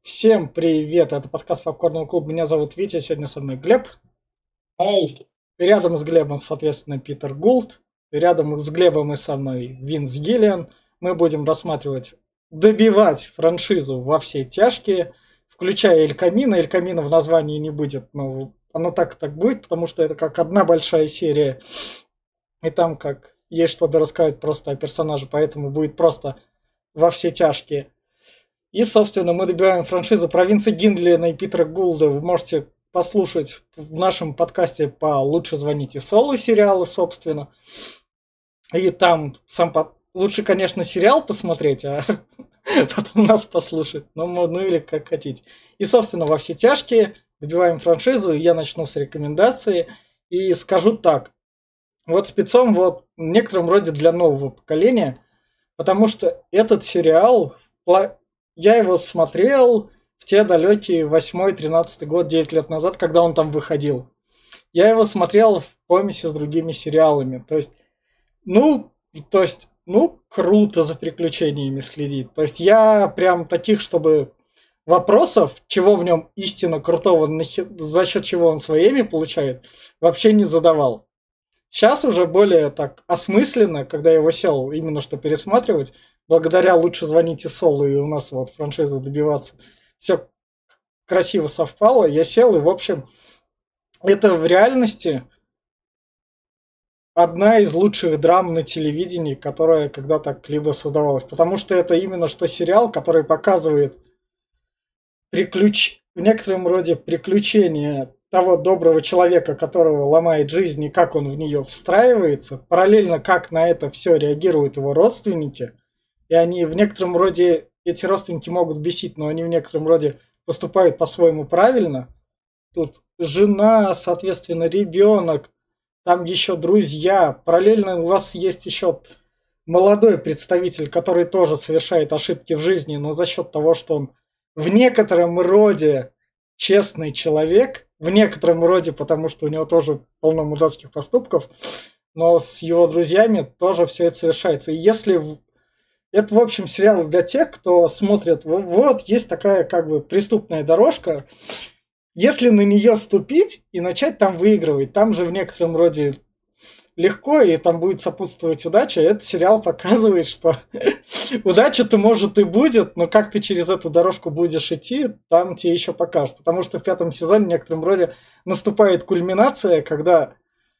Всем привет, это подкаст Попкорного клуба, меня зовут Витя, сегодня со мной Глеб. Аюшки. И рядом с Глебом, соответственно, Питер Гулт. И рядом с Глебом и со мной Винс Гиллиан. Мы будем рассматривать, добивать франшизу во все тяжкие, включая Эль Камино. Эль Камино в названии не будет, но оно так будет, потому что это как одна большая серия. И там как есть что-то рассказать просто о персонаже, поэтому будет просто во все тяжкие. И, собственно, мы добиваем франшизу про Винса Гиндлина и Питера Гулда. Вы можете послушать в нашем подкасте по «Лучше звоните Солу» сериалы, собственно. И там лучше, конечно, сериал посмотреть, а потом нас послушать. Ну или как хотите. И, собственно, во все тяжкие добиваем франшизу. Я начну с рекомендации. И скажу так. Вот спецом вот в некотором роде для нового поколения. Потому что этот сериал я его смотрел в те далекие 8-13 год, 9 лет назад, когда он там выходил. Я его смотрел в помеси с другими сериалами. Ну, круто за приключениями следить. То есть я прям таких, чтобы вопросов, чего в нем истинно крутого, за счет чего он своими получает, вообще не задавал. Сейчас уже более так осмысленно, когда я его сел именно что пересматривать, благодаря «Лучше звоните Солу» и у нас вот франшиза добиваться, все красиво совпало, я сел и, в общем, это в реальности одна из лучших драм на телевидении, которая когда-то либо создавалась. Потому что это именно что сериал, который показывает в некотором роде приключения того доброго человека, которого ломает жизнь, и как он в нее встраивается, параллельно как на это все реагируют его родственники, и они в некотором роде, эти родственники могут бесить, но они в некотором роде поступают по-своему правильно. Тут жена, соответственно, ребенок, там еще друзья, параллельно у вас есть еще молодой представитель, который тоже совершает ошибки в жизни, но за счет того, что он в некотором роде честный человек, в некотором роде, потому что у него тоже полно мудацких поступков, но с его друзьями тоже все это совершается. И если это, в общем, сериал для тех, кто смотрит, вот есть такая как бы преступная дорожка, если на нее ступить и начать там выигрывать, там же в некотором роде легко, и там будет сопутствовать удача. Этот сериал показывает, что удача-то может и будет, но как ты через эту дорожку будешь идти, там тебе еще покажут. Потому что в пятом сезоне в некотором роде наступает кульминация, когда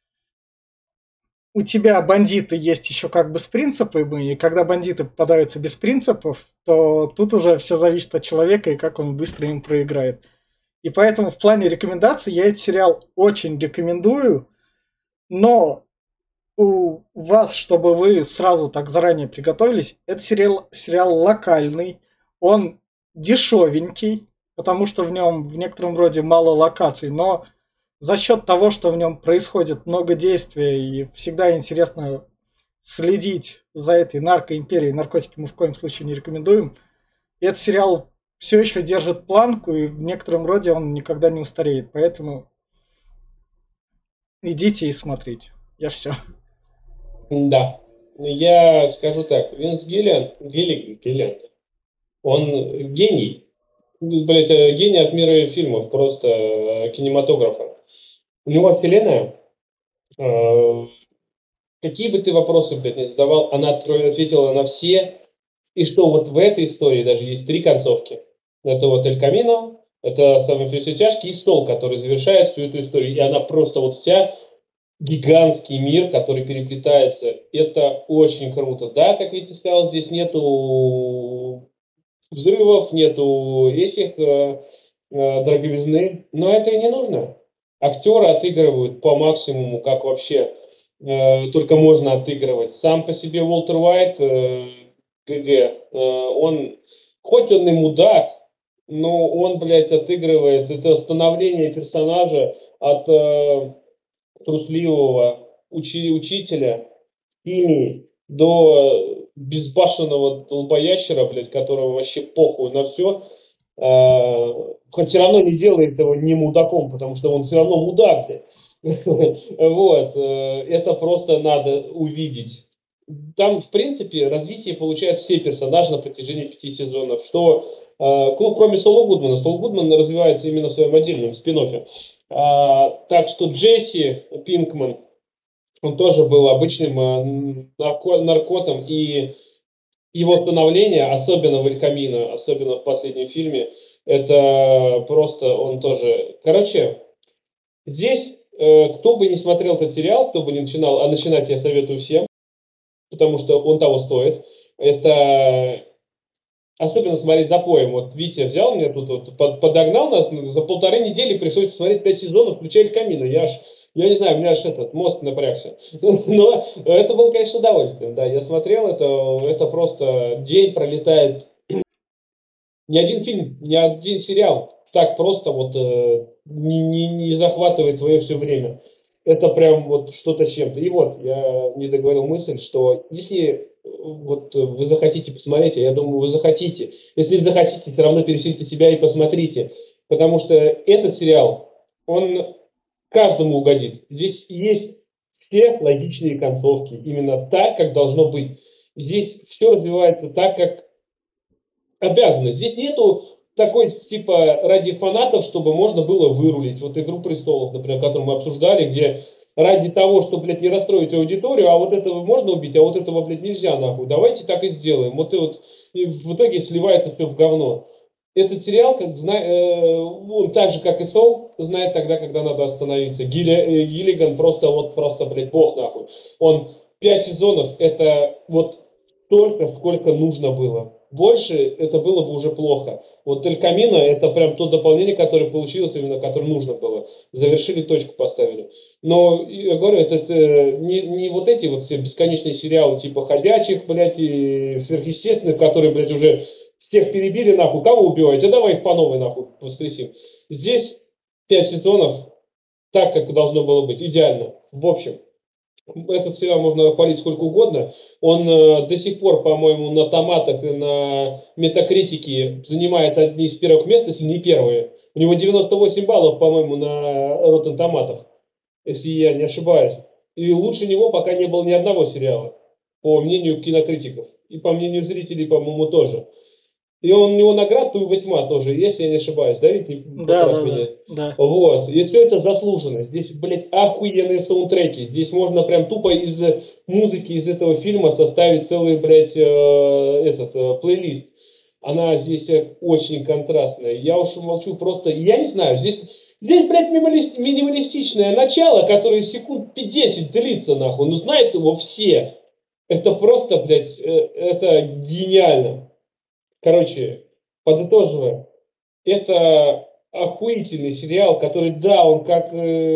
у тебя бандиты есть еще как бы с принципами, и когда бандиты попадаются без принципов, то тут уже все зависит от человека и как он быстро им проиграет. И поэтому в плане рекомендаций я этот сериал очень рекомендую, но у вас, чтобы вы сразу так заранее приготовились, это сериал локальный, он дешевенький, потому что в нем в некотором роде мало локаций, но за счет того, что в нем происходит много действия и всегда интересно следить за этой наркоимперией, наркотики мы в коем случае не рекомендуем, этот сериал все еще держит планку, и в некотором роде он никогда не устареет, поэтому идите и смотрите. Я все. Да. Я скажу так, Винс Гиллиан, он гений. Блять, гений от мира фильмов, просто кинематографа. У него вселенная, э, какие бы ты вопросы, блядь, не задавал, она ответила на все. И что вот в этой истории даже есть три концовки. Это вот Эль Камино, это самый все тяжкий и Сол, который завершает всю эту историю. И она просто вот вся гигантский мир, который переплетается. Это очень круто. Да, как Витя сказал, здесь нету взрывов, нету этих дороговизны, но это и не нужно. Актеры отыгрывают по максимуму, как вообще только можно отыгрывать. Сам по себе Уолтер Уайт, ГГ, он, хоть он и мудак, но он, блядь, отыгрывает это становление персонажа от трусливого учителя химии до безбашенного долбоящера, блядь, которого вообще похуй на все, хоть все равно не делает его не мудаком, потому что он все равно мудак, блядь. Вот, это просто надо увидеть. там, в принципе, развитие получают все персонажи на протяжении 5 сезонов, что, кроме Соло Гудмана. Соло Гудман развивается именно в своем отдельном спин-оффе. Так что Джесси Пинкман, он тоже был обычным наркотом, и его становление, особенно в «Эль Камино», особенно в последнем фильме, это просто он тоже... Короче, здесь, кто бы не смотрел этот сериал, кто бы не начинал, а начинать я советую всем, потому что он того стоит. Это особенно смотреть запоем. Вот Витя взял меня тут, вот, подогнал нас, за 1,5 недели пришлось посмотреть 5 сезонов, включая «Эль Камино». Я не знаю, у меня аж этот мозг напрягся. Но это было, конечно, удовольствием. Да, я смотрел, это просто день пролетает. Ни один фильм, ни один сериал так просто вот не захватывает твое все время. Это прям вот что-то с чем-то. И вот, я не договорил мысль, что если вот вы захотите посмотреть, а я думаю, вы захотите. Если захотите, все равно пересилите себя и посмотрите. Потому что этот сериал, он каждому угодит. Здесь есть все логичные концовки. Именно так, как должно быть. Здесь все развивается так, как обязаны. Здесь нету такой, типа, ради фанатов, чтобы можно было вырулить. Вот «Игру престолов», например, которую мы обсуждали, где ради того, чтобы, блядь, не расстроить аудиторию, а вот этого можно убить, а вот этого, блядь, нельзя, нахуй. Давайте так и сделаем. И в итоге сливается все в говно. Этот сериал, он так же, как и Сол, знает тогда, когда надо остановиться. Гиллиган просто, блядь, бог, нахуй. Он 5 сезонов, это вот столько, сколько нужно было. Больше это было бы уже плохо. Вот «Эль Камино» это прям то дополнение, которое получилось, именно которое нужно было. Завершили, точку поставили. Но, я говорю, это не вот эти вот все бесконечные сериалы типа «Ходячих», блядь, и «Сверхъестественных», которые, блядь, уже всех перебили, нахуй. Кого убиваете? А давай их по новой, нахуй, воскресим. Здесь 5 сезонов так, как должно было быть. Идеально. В общем, этот сериал можно хвалить сколько угодно. Он до сих пор, по-моему, на томатах и на метакритике занимает одни из первых мест, если не первые. У него 98 баллов, по-моему, на Rotten томатах, если я не ошибаюсь. И лучше него пока не было ни одного сериала, по мнению кинокритиков. И по мнению зрителей, по-моему, тоже. И у него наград «Туева тьма» тоже есть, я не ошибаюсь, да, ведь не Да, поправь да, да, меня. да. Вот, и все это заслуженно. Здесь, блядь, охуенные саундтреки. Здесь можно прям тупо из музыки из этого фильма составить целый, блядь, плейлист. Она здесь очень контрастная. Я уж молчу просто, я не знаю, здесь, блядь, минималистичное начало, которое секунд 10 длится, нахуй. Ну, знают его все. Это просто, блядь, это гениально. Короче, подытоживая, это охуительный сериал, который, да, он как,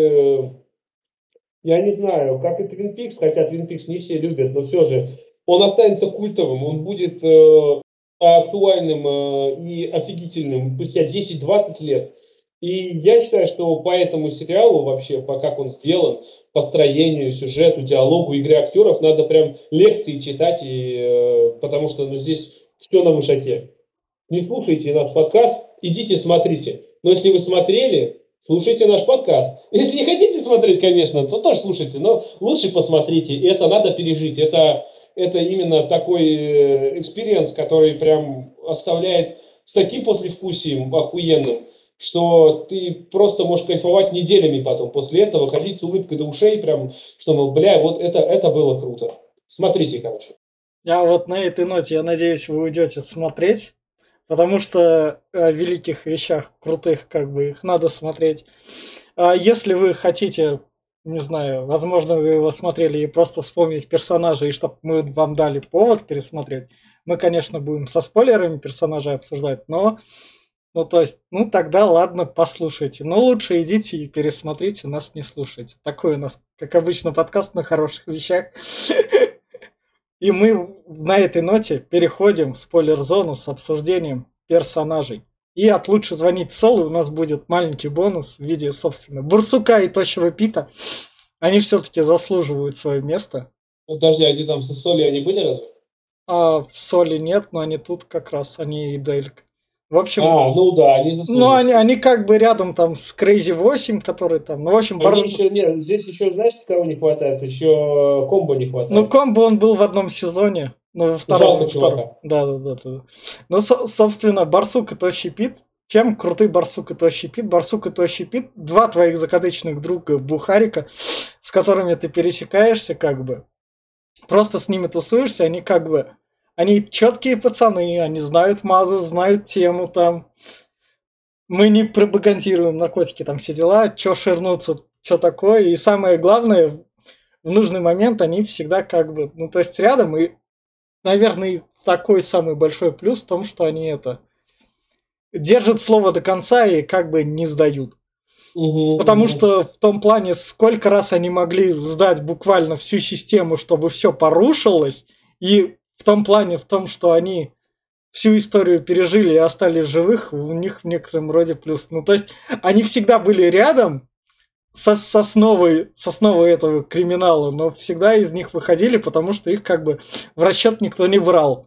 я не знаю, как и Твин Пикс, хотя Твин Пикс не все любят, но все же, он останется культовым, он будет актуальным и офигительным спустя 10-20 лет. И я считаю, что по этому сериалу вообще, по как он сделан, по строению, сюжету, диалогу, игре актеров, надо прям лекции читать, потому что ну, здесь все на высоте. Не слушайте наш подкаст, идите смотрите. Но если вы смотрели, слушайте наш подкаст. Если не хотите смотреть, конечно, то тоже слушайте, но лучше посмотрите. Это надо пережить. Это именно такой экспириенс, который прям оставляет с таким послевкусием охуенным, что ты просто можешь кайфовать неделями потом. После этого ходить с улыбкой до ушей, прям, что, мол, бля, вот это было круто. Смотрите, короче. Я вот на этой ноте, я надеюсь, вы уйдете смотреть, потому что о великих вещах крутых, как бы, их надо смотреть. А если вы хотите, не знаю, возможно, вы его смотрели и просто вспомнить персонажа, и чтобы мы вам дали повод пересмотреть, мы, конечно, будем со спойлерами персонажей обсуждать, но, ну, то есть, ну, тогда ладно, послушайте. Но лучше идите и пересмотрите, нас не слушайте. Такой у нас, как обычно, подкаст на хороших вещах. И мы на этой ноте переходим в спойлер-зону с обсуждением персонажей. И от «Лучше звонить Солу» у нас будет маленький бонус в виде, собственно, Бурсука и Тощего Пита. Они все-таки заслуживают свое место. Подожди, а где там со Соли они были разве? А в Соли нет, но они тут как раз, они и Дельк. В общем, ну да, они ну, заслужили. они как бы рядом там с Crazy 8, который там, ну, в общем, Нет, здесь еще, знаешь, кого не хватает? Еще комбо не ну, хватает. комбо он был в одном сезоне, ну, во втором. Жалко чувака. Да. Ну, собственно, Барсук и Тощий Пит. Чем крутый Барсук и Тощий Пит? Барсук и Тощий Пит — два твоих закадычных друга Бухарика, с которыми ты пересекаешься, как бы. Просто с ними тусуешься, они как бы... Они четкие пацаны, они знают мазу, знают тему там. Мы не пропагандируем наркотики, там все дела, что ширнуться, что такое. И самое главное, в нужный момент они всегда как бы... Ну, то есть рядом, и, наверное, такой самый большой плюс в том, что они это... Держат слово до конца и как бы не сдают. Потому что в том плане, сколько раз они могли сдать буквально всю систему, чтобы все порушилось, и в том плане, в том, что они всю историю пережили и остались живых, у них в некотором роде плюс. Ну, то есть, они всегда были рядом с основой этого криминала, но всегда из них выходили, потому что их как бы в расчет никто не брал.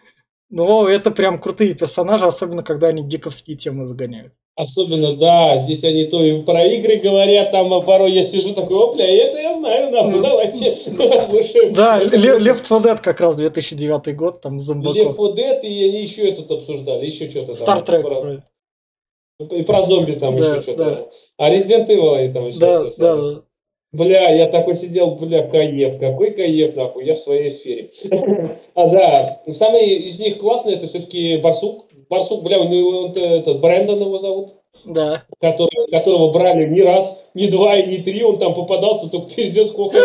Но это прям крутые персонажи, особенно когда они гиковские темы загоняют. Особенно, да, здесь они то и про игры говорят, там, а порой я сижу такой, опля, это я знаю, нахуй, давайте послушаем. Да, Left 4 Dead как раз 2009 год, там зомбаков. Left 4 Dead, и они еще этот обсуждали, еще что-то там. Star Trek. И про зомби там Да, еще что-то. А Resident Evil они там еще все сказали. Да. Бля, я такой сидел, кайф, какой кайф, нахуй, я в своей сфере. Да, самый из них классный, это все-таки Барсук. Барсук, бля, у него этот Брэндон его зовут. Да. Которого брали не раз, не два и не три, он там попадался, только пиздец сколько.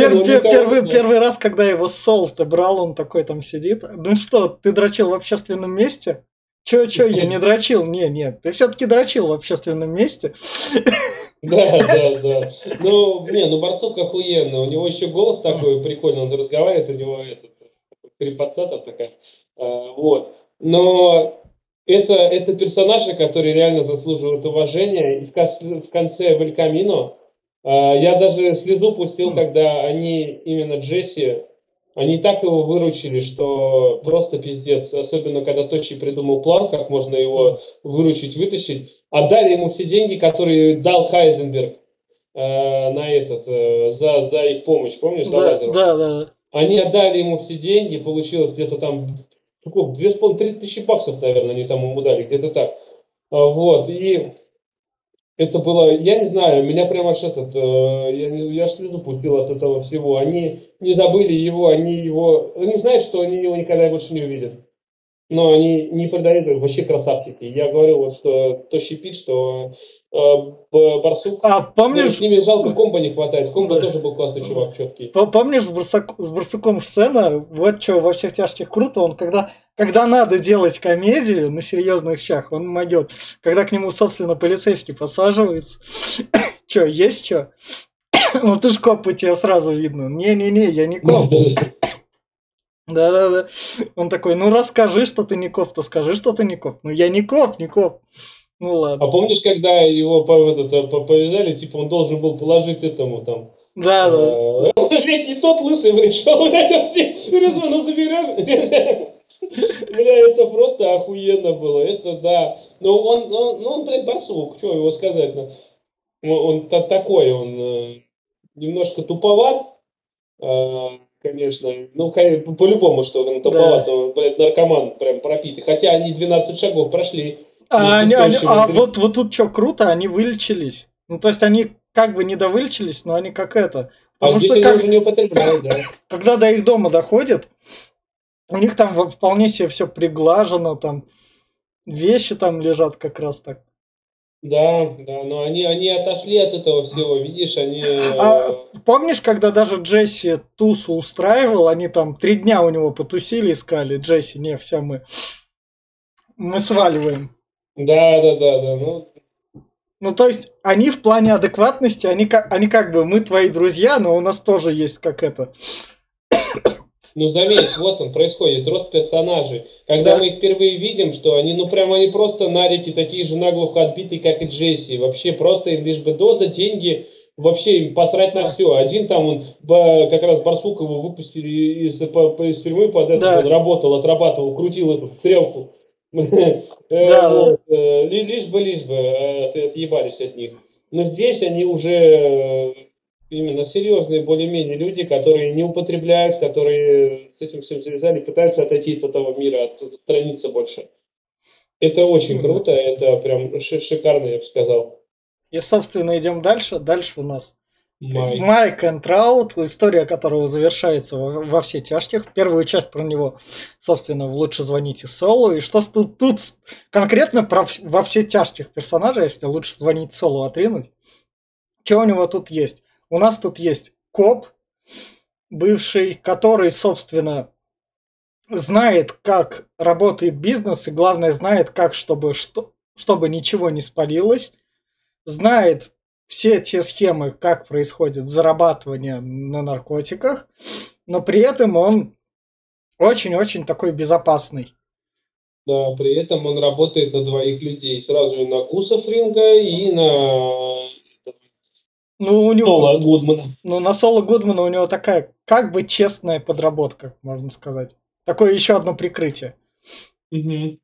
Первый раз, когда его Сол-то брал, он такой там сидит. Ну что, ты дрочил в общественном месте? Че, я не дрочил? Нет, ты все-таки дрочил в общественном месте. Да. Ну Барсук охуенно. У него еще голос такой прикольный, он разговаривает, у него крепоца там такая. Вот. Но это персонажи, которые реально заслуживают уважения. И в конце в Эль Камино я даже слезу пустил, когда они, именно Джесси, они так его выручили, что просто пиздец. Особенно, когда Точи придумал план, как можно его выручить, вытащить. Отдали ему все деньги, которые дал Хайзенберг за их помощь. Помнишь, за Лазеров? Да. Они отдали ему все деньги, получилось где-то там 2,5-3 тысячи баксов, наверное, они там ему дали, где-то так. Вот, и это было, я не знаю, меня прямо аж я слезу пустил от этого всего. Они не забыли его, они знают, что они его никогда больше не увидят. Но они не продают, вообще красавчики. Я говорю, вот что Тощий Пит, что Барсук. Помнишь? С ними жалко, комбо не хватает. Комбо тоже был классный чувак, четкий. Помнишь с Барсуком сцена? Вот что во всех тяжких круто, он когда надо делать комедию на серьезных щах, он могет. Когда к нему, собственно, полицейский подсаживается. Че, есть что? Ну ты ж коп, по тебе сразу видно. Не, я не коп. Да. Он такой, ну расскажи, что ты не коп, то скажи, что ты не коп. Ну я не коп. Ну ладно. А помнишь, когда его повязали, типа он должен был положить этому там... Да. Не тот лысый пришел, ну заберешь. Бля, это просто охуенно было, это да. Но он, блядь, барсук, что его сказать? Он такой, он немножко туповат, конечно. Ну, по-любому, что он туповат, он, блядь, наркоман прям пропитый. Хотя они 12 шагов прошли. Вот тут что круто, они вылечились. Ну, то есть они как бы не довылечились, но они как это. Потому что они уже не употребляют, да. Когда до их дома доходят, у них там вполне себе все приглажено, там вещи там лежат как раз так. Да, но они отошли от этого всего, видишь, они... Помнишь, когда даже Джесси тусу устраивал, они там 3 дня у него потусили, искали, Джесси, не, все, мы сваливаем. Да, ну, то есть, они в плане адекватности, они как бы, мы твои друзья, но у нас тоже есть как это... Ну, заметь, вот он, происходит рост персонажей. Когда мы их впервые видим, что они, они просто нарики такие же наглухо отбитые, как и Джесси. Вообще просто им лишь бы доза, деньги, вообще им посрать на все. Один там, он как раз Барсук его выпустили из тюрьмы под это, он работал, отрабатывал, крутил эту стрелку. Да, Лишь бы отъебались от них. Но здесь они уже именно серьезные более-менее люди, которые не употребляют, которые с этим всем завязали, пытаются отойти от этого мира, отстраниться больше. Это очень да. круто, это прям шикарно, я бы сказал. И, собственно, идем дальше. Дальше у нас Майк. Майк Энтраут, история которого завершается во все тяжких. Первую часть про него, собственно, в «Лучше звоните Солу». И что тут конкретно во все тяжких персонажей, если «Лучше звонить Солу» отринуть, что у него тут есть? У нас тут есть коп, бывший, который, собственно, знает, как работает бизнес, и главное, знает, как, чтобы ничего не спалилось, знает все те схемы, как происходит зарабатывание на наркотиках, но при этом он очень-очень такой безопасный. Да, при этом он работает на двоих людей. Сразу и на Гуса Фринга, и на Ну, у него, Соло Гудмана. ну, на Соло Гудмана у него такая как бы честная подработка, можно сказать. Такое еще одно прикрытие. Мгм.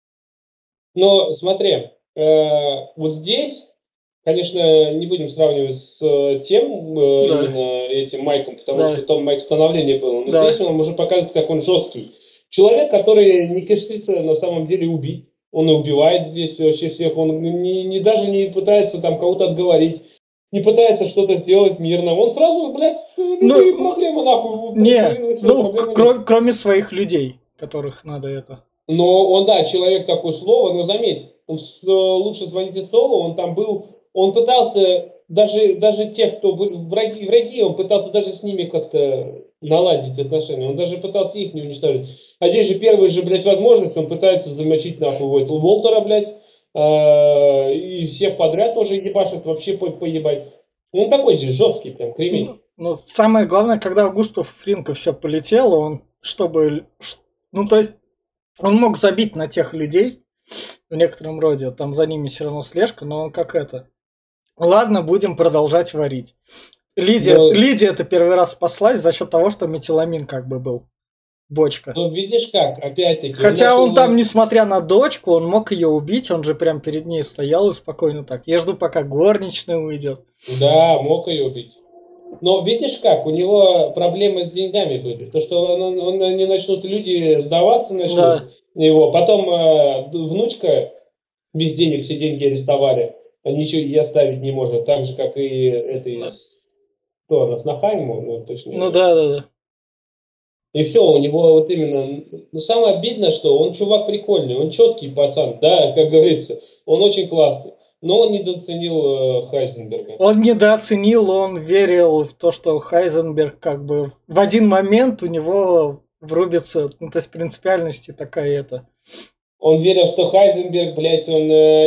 Но смотри, вот здесь, конечно, не будем сравнивать с тем Да, именно этим Майком, потому что да, там Майк становление было. Но здесь да. он уже показывает, как он жесткий. Человек, который не кишится на самом деле убить. Он и убивает здесь вообще всех. Он даже не пытается там кого-то отговорить. Не пытается что-то сделать мирно. Он сразу, блядь, любые Ну, проблемы нахуй не, пристрелил, и все, ну, проблемы нет. кроме своих людей, которых надо это. Но он, да, человек такое слово, но заметь, лучше звоните Солу, он там был, он пытался, даже тех, кто были враги, он пытался даже с ними как-то наладить отношения, он даже пытался их не уничтожить. А здесь же первая же, блядь, возможность, он пытается замочить нахуй вот Уолтера, блядь, и всех подряд тоже ебашит, вообще поебать. Он такой здесь жесткий, прям кремень. Ну, самое главное, когда у Густава Фринка все полетело, он, ну, то есть, он мог забить на тех людей, в некотором роде, там за ними все равно слежка, но он как это. Ладно, будем продолжать варить. Но Лидия это первый раз спаслась за счет того, что метиламин как бы был. Бочка. Но видишь как, опять-таки, он Хотя нашел... он там, несмотря на дочку, он мог ее убить, он же прям перед ней стоял и спокойно так. Я жду, пока горничная уйдет. Да, мог ее убить. Но видишь как, у него проблемы с деньгами были. То, что он не начнут, люди сдаваться начнут Да. его. Потом внучка без денег, все деньги арестовали. А ничего и оставить не может. Так же, как и этой, Да. кто она, сноха ему, ну, точнее. Ну да, да, да. И все, у него вот именно... Ну, самое обидное, что он чувак прикольный, он четкий пацан, да, как говорится. Он очень классный. Но он недооценил Хайзенберга. Он недооценил, он верил в то, что Хайзенберг как бы в один момент у него врубится, ну то есть принципиальности такая это. Он верил, что Хайзенберг, блядь, он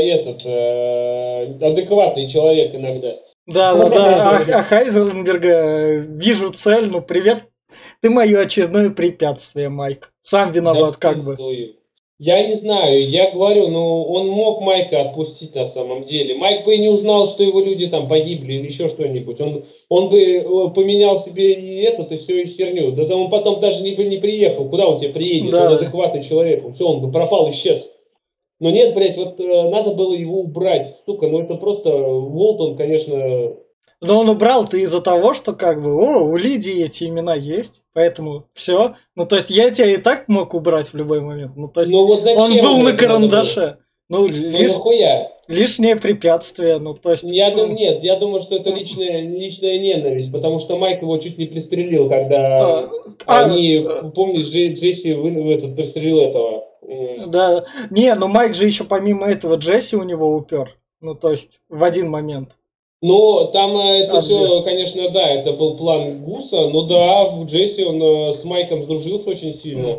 адекватный человек иногда. Да, да, да. А Хайзенберга вижу цель, ну привет, ты мое очередное препятствие, Майк. Сам Да виноват, как бы. пиздую. Я не знаю, я говорю, ну он мог Майка отпустить на самом деле. Майк бы и не узнал, что его люди там погибли или еще что-нибудь. Он бы поменял себе и этот, и всю херню. Да он потом даже не приехал. Куда он тебе приедет? Он Да. адекватный человек. Он бы пропал, исчез. Но нет, блядь, вот надо было его убрать. Сука, ну это просто Уолтон, конечно. Но он убрал-то из-за того, что как бы, у Лидии эти имена есть, поэтому все. Ну, то есть я тебя и так мог убрать в любой момент. Ну, то есть Ну вот он зачем был ему на это надо было? карандаше. Ну, Ну нахуя? лишнее препятствие. Ну, то есть... Я думаю, нет, я думаю, что это личная ненависть, потому что Майк его чуть не пристрелил, когда а, они, а, помнишь, Джесси этот пристрелил этого. да. Не, ну Майк же еще помимо этого Джесси у него упер. Ну, то есть в один момент. Ну, там это Отбил. все, конечно, да, это был план Гуса, но да, в Джесси он с Майком сдружился очень М. сильно.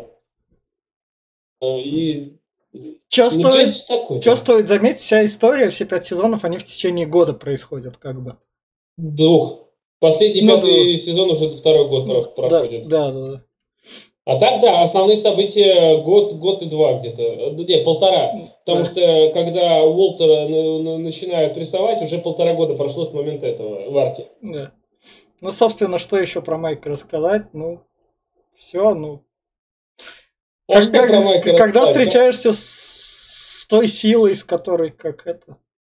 И Чё ну, стоит, Джесси такой, чё да. стоит заметить, вся история, все 5 сезонов, они в течение года происходят, как бы. Двух. Последний Ну, да, пятый сезон уже второй год да, проходит. да, да. А так, да, основные события год и два где-то. Не, полтора. Потому Да, что когда Уолтера начинают рисовать, уже 1,5 года прошло с момента этого в арке. да. Ну, собственно, что еще про Майка рассказать? Ну, все, ну, А что про Майка Когда рассказать? встречаешься с той силой, с которой, как это...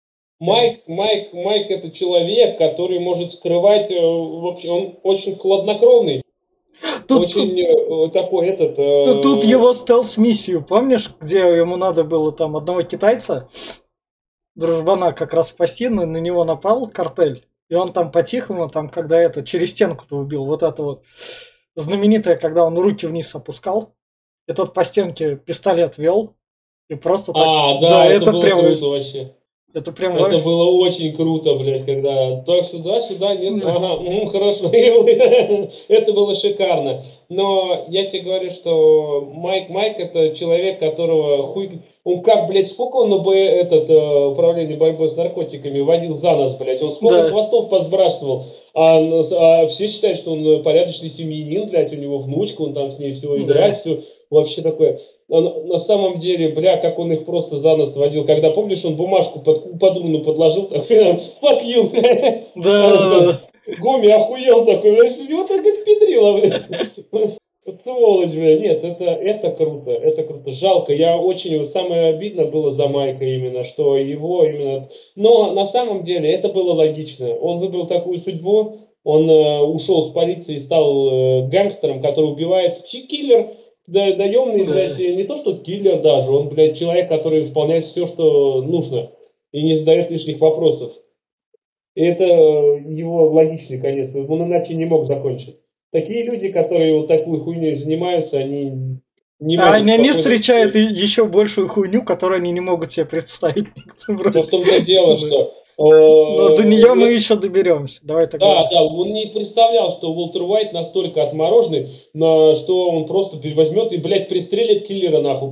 Майк это человек, который может скрывать, вообще, он очень хладнокровный, Тут, очень такой этот, тут его стелс-миссию, помнишь, где ему надо было там одного китайца, дружбана как раз спасти, но на него напал картель, и он там по-тихому, там, когда это, через стенку-то убил, вот это вот знаменитое, когда он руки вниз опускал, и тот по стенке пистолет вел, и просто так, да, да, это это было прям, круто вообще. это прям, Это было очень круто, блядь, когда так сюда, нет, ага, хорошо, это было шикарно. Но я тебе говорю, что Майк это человек, которого хуй, он как, блядь, сколько он на управление борьбой с наркотиками водил за нас, блядь, он сколько да, хвостов посбрасывал, а все считают, что он порядочный семьянин, блядь, у него внучка, он там с ней все да, играет, все вообще такое. А на самом деле, бля, как он их просто за нос водил. Когда, помнишь, он бумажку под урну подложил, так, fuck you. да, Гоми охуел такой, бля, вот так педрила, бля. Сволочь, бля. Нет, это круто, это круто. Жалко, я очень, вот самое обидно было за Майка именно, что его именно... Но на самом деле это было логично. Он выбрал такую судьбу, он ушел с полиции и стал гангстером, который убивает киллер. Да, наемный, блядь, да. не то что киллер даже, он, блядь, человек, который выполняет все, что нужно, и не задает лишних вопросов. И это его логичный конец. Он иначе не мог закончить. Такие люди, которые вот такую хуйней занимаются, они не А могут они спокойно... встречают еще большую хуйню, которую они не могут себе представить. Да в том-то дело, Да. что... Но до нее мы еще доберемся. Давай тогда. Да, он не представлял, что Уолтер Уайт настолько отмороженный, что он просто возьмет и, блядь, пристрелит киллера нахуй.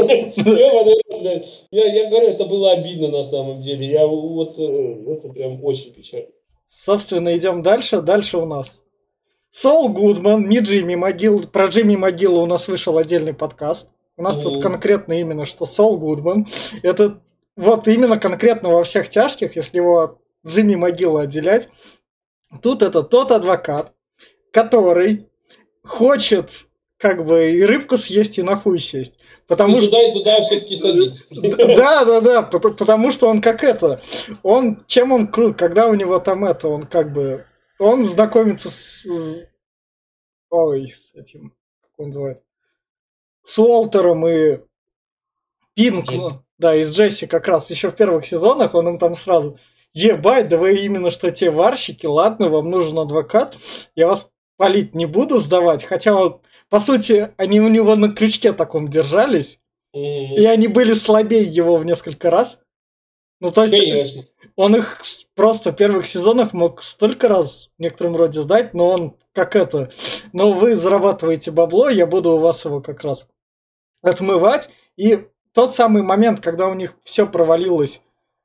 Я говорю, это было обидно на самом деле. Это прям очень печально. Собственно, идем дальше. Дальше у нас Сол Гудман, не Джимми Могил. Про Джимми Могилу у нас вышел отдельный подкаст. У нас тут конкретно именно, что Сол Гудман. Это вот именно конкретно во всех тяжких, если его от Джимми Могилы отделять. Тут это тот адвокат, который хочет как бы и рыбку съесть, и на хуй сесть. Потому что... И туда все-таки садиться. Да, потому что он как это, чем он крут, когда у него там это, он как бы, он знакомится с этим, как он называет, с Уолтером и Пинк, Джесси. да, из Джесси как раз еще в первых сезонах, он им там сразу, ебать, да вы именно что те варщики, ладно, вам нужен адвокат, я вас палить не буду сдавать, хотя, по сути, они у него на крючке таком держались, и они были слабее его в несколько раз. Ну, то есть, Конечно. он их просто в первых сезонах мог столько раз в некотором роде сдать, но он как это, но вы зарабатываете бабло, я буду у вас его как раз отмывать. И тот самый момент, когда у них все провалилось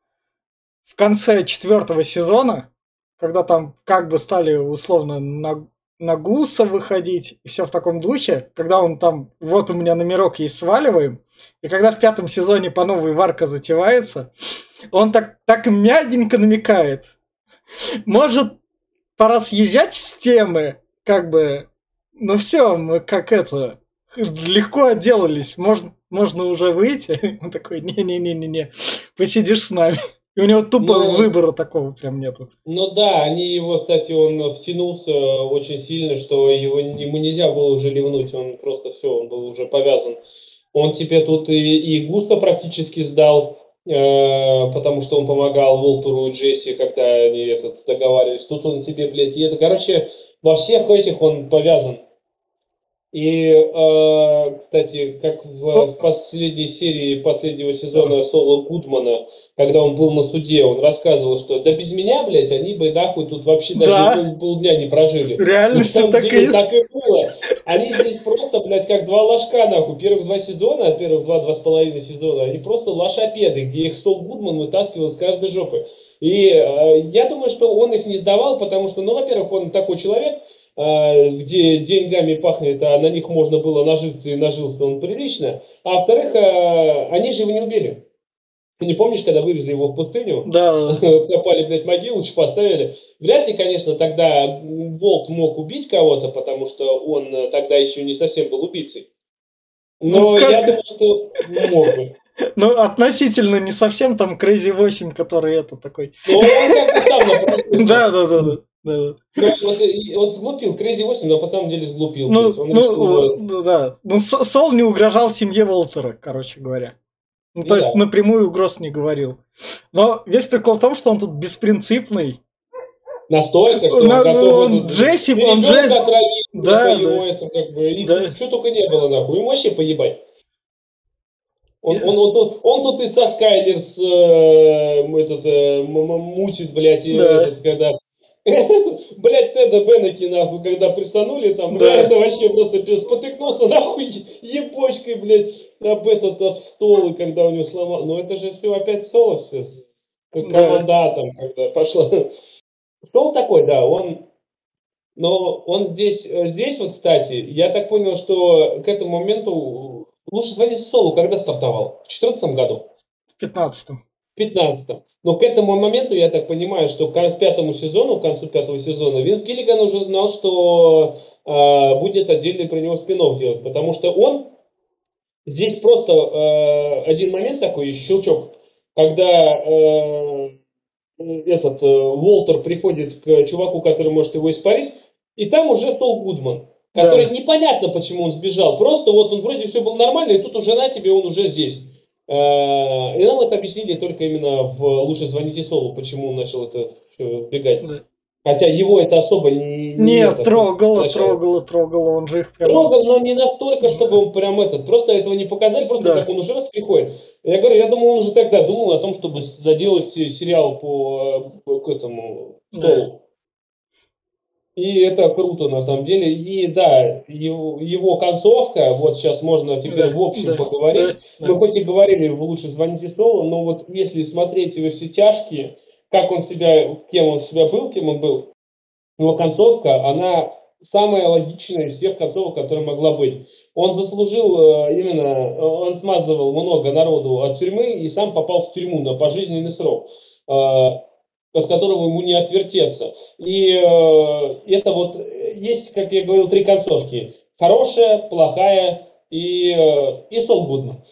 в конце 4-го сезона, когда там как бы стали условно на Гуса выходить, и все в таком духе, когда он там, вот у меня номерок есть, сваливаем, и когда в 5-м сезоне по новой варка затевается, он так мягенько намекает. Может, пора съезжать с темы, как бы, ну все, мы как это, легко отделались, можно уже выйти. Он такой, не-не-не-не-не, посидишь с нами. И у него тупо выбора такого прям нету. Ну да, кстати, он втянулся очень сильно, что ему нельзя было уже ливнуть, он просто все, он был уже повязан. Он тебе тут и Гуса практически сдал, потому что он помогал Уолтеру и Джесси, когда они договаривались. Тут он тебе, блядь, короче, во всех этих он повязан. И, кстати, как в последней серии последнего сезона Соло Гудмана, когда он был на суде, он рассказывал, что да без меня, блядь, они бы нахуй тут вообще даже полдня не прожили. Реальности На самом деле так и было. Они здесь просто, блядь, как два ложка, нахуй. Первых 2 с половиной сезона, они просто лошапеды, где их Сол Гудман вытаскивал с каждой жопы. И я думаю, что он их не сдавал, потому что, ну, во-первых, он такой человек, где деньгами пахнет, а на них можно было нажиться, и нажился он прилично. А во-вторых, они же его не убили. Ты не помнишь, когда вывезли его в пустыню? Да. Откопали, блядь, могилочку, поставили. Вряд ли, конечно, тогда Волт мог убить кого-то, потому что он тогда еще не совсем был убийцей. Но я думаю, что мог бы. Ну, относительно не совсем там Crazy 8, который это такой. Ну, он как бы сам напротив. Да. Ну, вот сглупил, Crazy 8, но по самом деле сглупил. Ну, блядь. Он решил... да. Ну, Сол не угрожал семье Уолтера, короче говоря. Ну, то есть да. напрямую угроз не говорил. Но весь прикол в том, что он тут беспринципный. Настолько, что он готов... Он Джесси, он Джесси... отравить, да, его это как бы... И что только не было, нахуй. Ему вообще поебать. Он тут и со Скайлерс мутит, блядь, и когда... Блядь, Теда Беннеки, нахуй, когда прессанули, там, это вообще просто спотыкнулся, нахуй, ебочкой, блядь, об стол, и когда у него сломал. Но это же все опять Соло, все, команда там, когда пошла. Сол такой, да, но он здесь вот, кстати, я так понял, что к этому моменту лучше звонить Солу, когда стартовал? В 2014 году? В 15-м. В 15-м. Но к этому моменту, я так понимаю, что к пятому сезону, к концу пятого сезона, Винс Гиллиган уже знал, что будет отдельный про него спин-офф делать, потому что он здесь просто один момент такой, щелчок, когда Уолтер приходит к чуваку, который может его испарить, и там уже Сол Гудман, который непонятно, почему он сбежал, просто вот он вроде все было нормально, и тут уже на тебе, он уже здесь. И нам это объяснили только именно в «Лучше звоните Солу», почему он начал это все вбегать. Да. Хотя его это особо не... Нет, трогало, он же их прям... Трогал, но не настолько, чтобы он прям просто этого не показали, просто как он уже раз приходит. Я говорю, я думаю, он уже тогда думал о том, чтобы заделать сериал к этому Солу. И это круто, на самом деле. И да, его концовка, вот сейчас можно теперь в общем поговорить. Мы хоть и говорили в «Лучше звоните Солу», но вот если смотреть «Во все тяжкие», как он себя, кем он был, его концовка, она самая логичная из всех концовок, которая могла быть. Он заслужил он отмазывал много народу от тюрьмы и сам попал в тюрьму на пожизненный срок, от которого ему не отвертеться. И это вот есть, как я говорил, три концовки. Хорошая, плохая и Сол Гудман.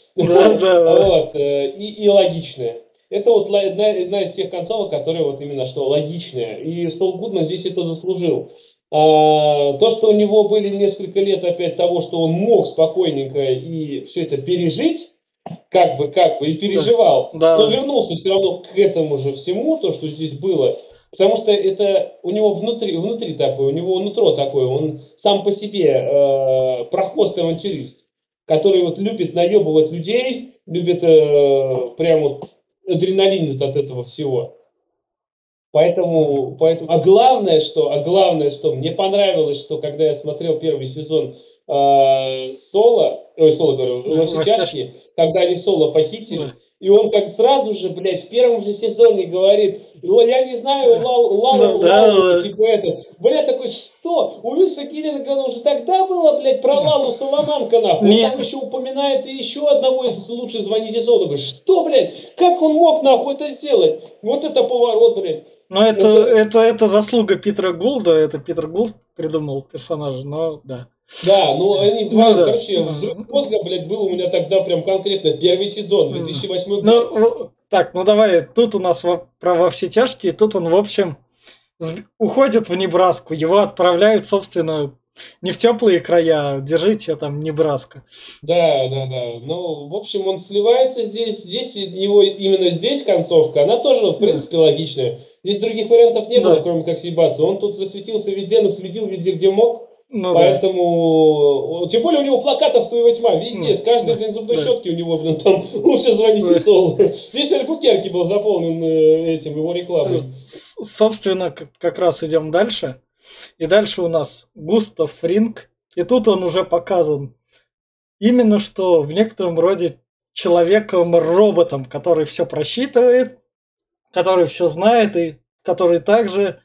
И логичная. Это вот одна из тех концовок, которые вот именно что логичная. И Сол Гудман здесь это заслужил. То, что у него были несколько лет опять того, что он мог спокойненько и все это пережить, как бы, и переживал, но вернулся все равно к этому же всему, то, что здесь было. Потому что это у него внутри такое, у него нутро такое, он сам по себе прохвостый авантюрист, который вот любит наебывать людей, любит прям вот адреналинит от этого всего. Поэтому, а главное, что мне понравилось, что когда я смотрел первый сезон Соло, «Во все тяжкие», когда они Соло похитили, и он как сразу же, блядь, в первом же сезоне говорит, я не знаю, Лалу, типа это. Блядь, такой, что? У Винса Гиллигана уже тогда было, блядь, про Лалу Соломанка, нахуй. Он там еще упоминает и еще одного из «Лучше звоните Солу». Говорит, что, блядь, как он мог, нахуй, это сделать? Вот это поворот, блядь. Ну, это заслуга Питера Гулда, это Питер Гулд придумал персонажа, но да. Да, ну они вдвоем, взрыв мозга, блядь, был у меня тогда прям конкретно первый сезон, 2008 год. Ну давай, тут у нас про «Во все тяжкие», тут он, в общем, уходит в Небраску, его отправляют, собственно, не в теплые края, держите там Небраска. Да. Ну, в общем, он сливается здесь его именно здесь концовка, она тоже, в принципе, логичная. Здесь других вариантов не было, кроме как съебаться. Он тут засветился везде, наследил везде, где мог. Поэтому, тем более у него плакатов «Туева тьма» везде, с каждой, зубной щетки у него, там «Лучше звоните Солу». Весь Альбукерки был заполнен его рекламой. Собственно, как раз идем дальше. И дальше у нас Густав Фринг. И тут он уже показан именно что в некотором роде человеком-роботом, который все просчитывает, который все знает и который также...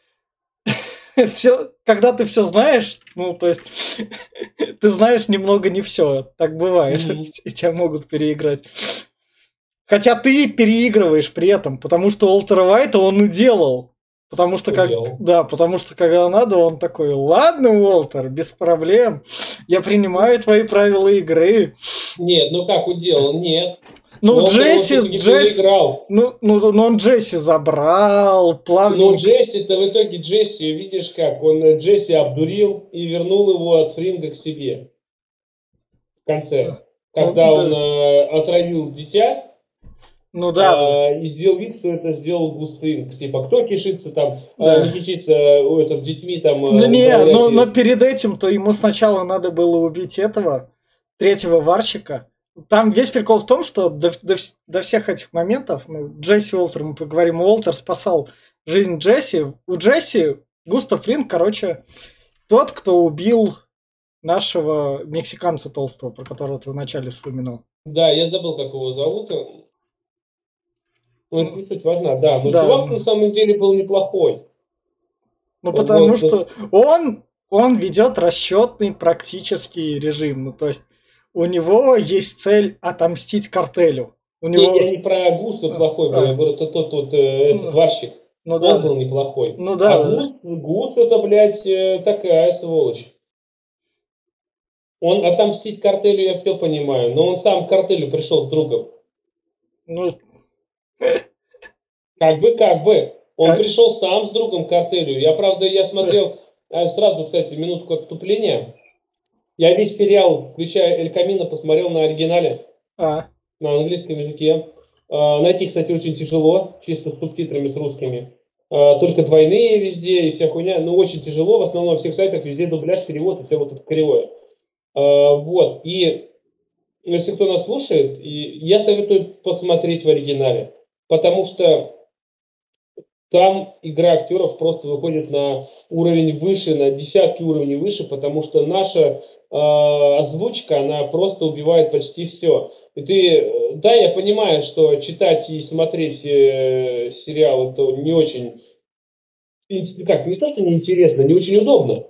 Когда ты все знаешь, ну, то есть, ты знаешь немного не все. Так бывает. И тебя могут переиграть. Хотя ты переигрываешь при этом, потому что Уолтера Уайта он уделал. Потому что Уделал. потому что когда надо, он такой: ладно, Уолтер, без проблем, я принимаю твои правила игры. Нет, ну как уделал? Нет. Ну, Уолтер его все-таки переиграл. он Джесси забрал, Но плавненько. Джесси-то в итоге Джесси, видишь как, он Джесси обдурил и вернул его от Фринга к себе в конце. Ну, Когда он да. отравил дитя Ну да, да. и сделал вид, что это сделал Гус Фринг. Типа, кто кишится там, не Да. кичится детьми там Ну не, управлять. но перед этим-то ему сначала надо было убить этого третьего варщика. Там весь прикол в том, что до всех этих моментов, Джесси Уолтер, мы поговорим, Уолтер спасал жизнь Джесси. У Джесси Густав Фринг, короче, тот, кто убил нашего мексиканца толстого, про которого ты вначале вспоминал. Да, я забыл, как его зовут. Ну, это не суть важна, да. Но Да, чувак на самом деле был неплохой. потому Вот, что он ведет расчетный практический режим. Ну, то есть у него есть цель отомстить картелю. У я него... не про Гуса плохой был, я говорю, это этот варщик. Ну Он да, был неплохой. ну А да, да. Гус это, блядь, такая сволочь. Он отомстить картелю, я все понимаю, но он сам к картелю пришел с другом. Ну, Как бы. Он как... пришел сам с другом к картелю. Я смотрел сразу, кстати, минутку отступления. Я весь сериал, включая Эль Камино, посмотрел на оригинале, А, на английском языке. Найти, кстати, очень тяжело, чисто с субтитрами, с русскими. Только двойные везде и вся хуйня. Но очень тяжело. В основном во всех сайтах везде дубляж, перевод и все вот это кривое. Вот. И если кто нас слушает, я советую посмотреть в оригинале. Потому что там игра актеров просто выходит на уровень выше, на десятки уровней выше, потому что наша озвучка, она просто убивает почти все. И да, я понимаю, что читать и смотреть сериал это не очень, как, не то, что неинтересно, не очень удобно.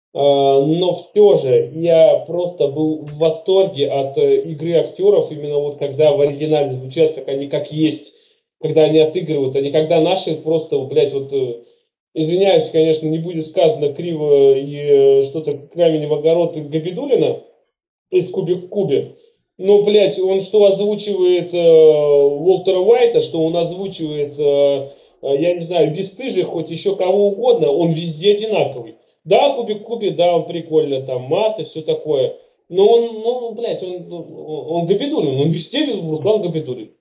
Но все же я просто был в восторге от игры актеров, именно вот когда в оригинале звучат, как они как есть, когда они отыгрывают, а не когда наши просто, блядь, извиняюсь, конечно, не будет сказано криво и что-то камень в огород Габидулина из Кубик в Кубе. Но, блядь, он что озвучивает Уолтера Уайта, что он озвучивает, я не знаю, Бесстыжих, хоть еще кого угодно, он везде одинаковый. Да, Кубик в Кубе, да, он прикольно, там мат и все такое. Но блядь, он Габидулин, он везде Руслан Габидулин.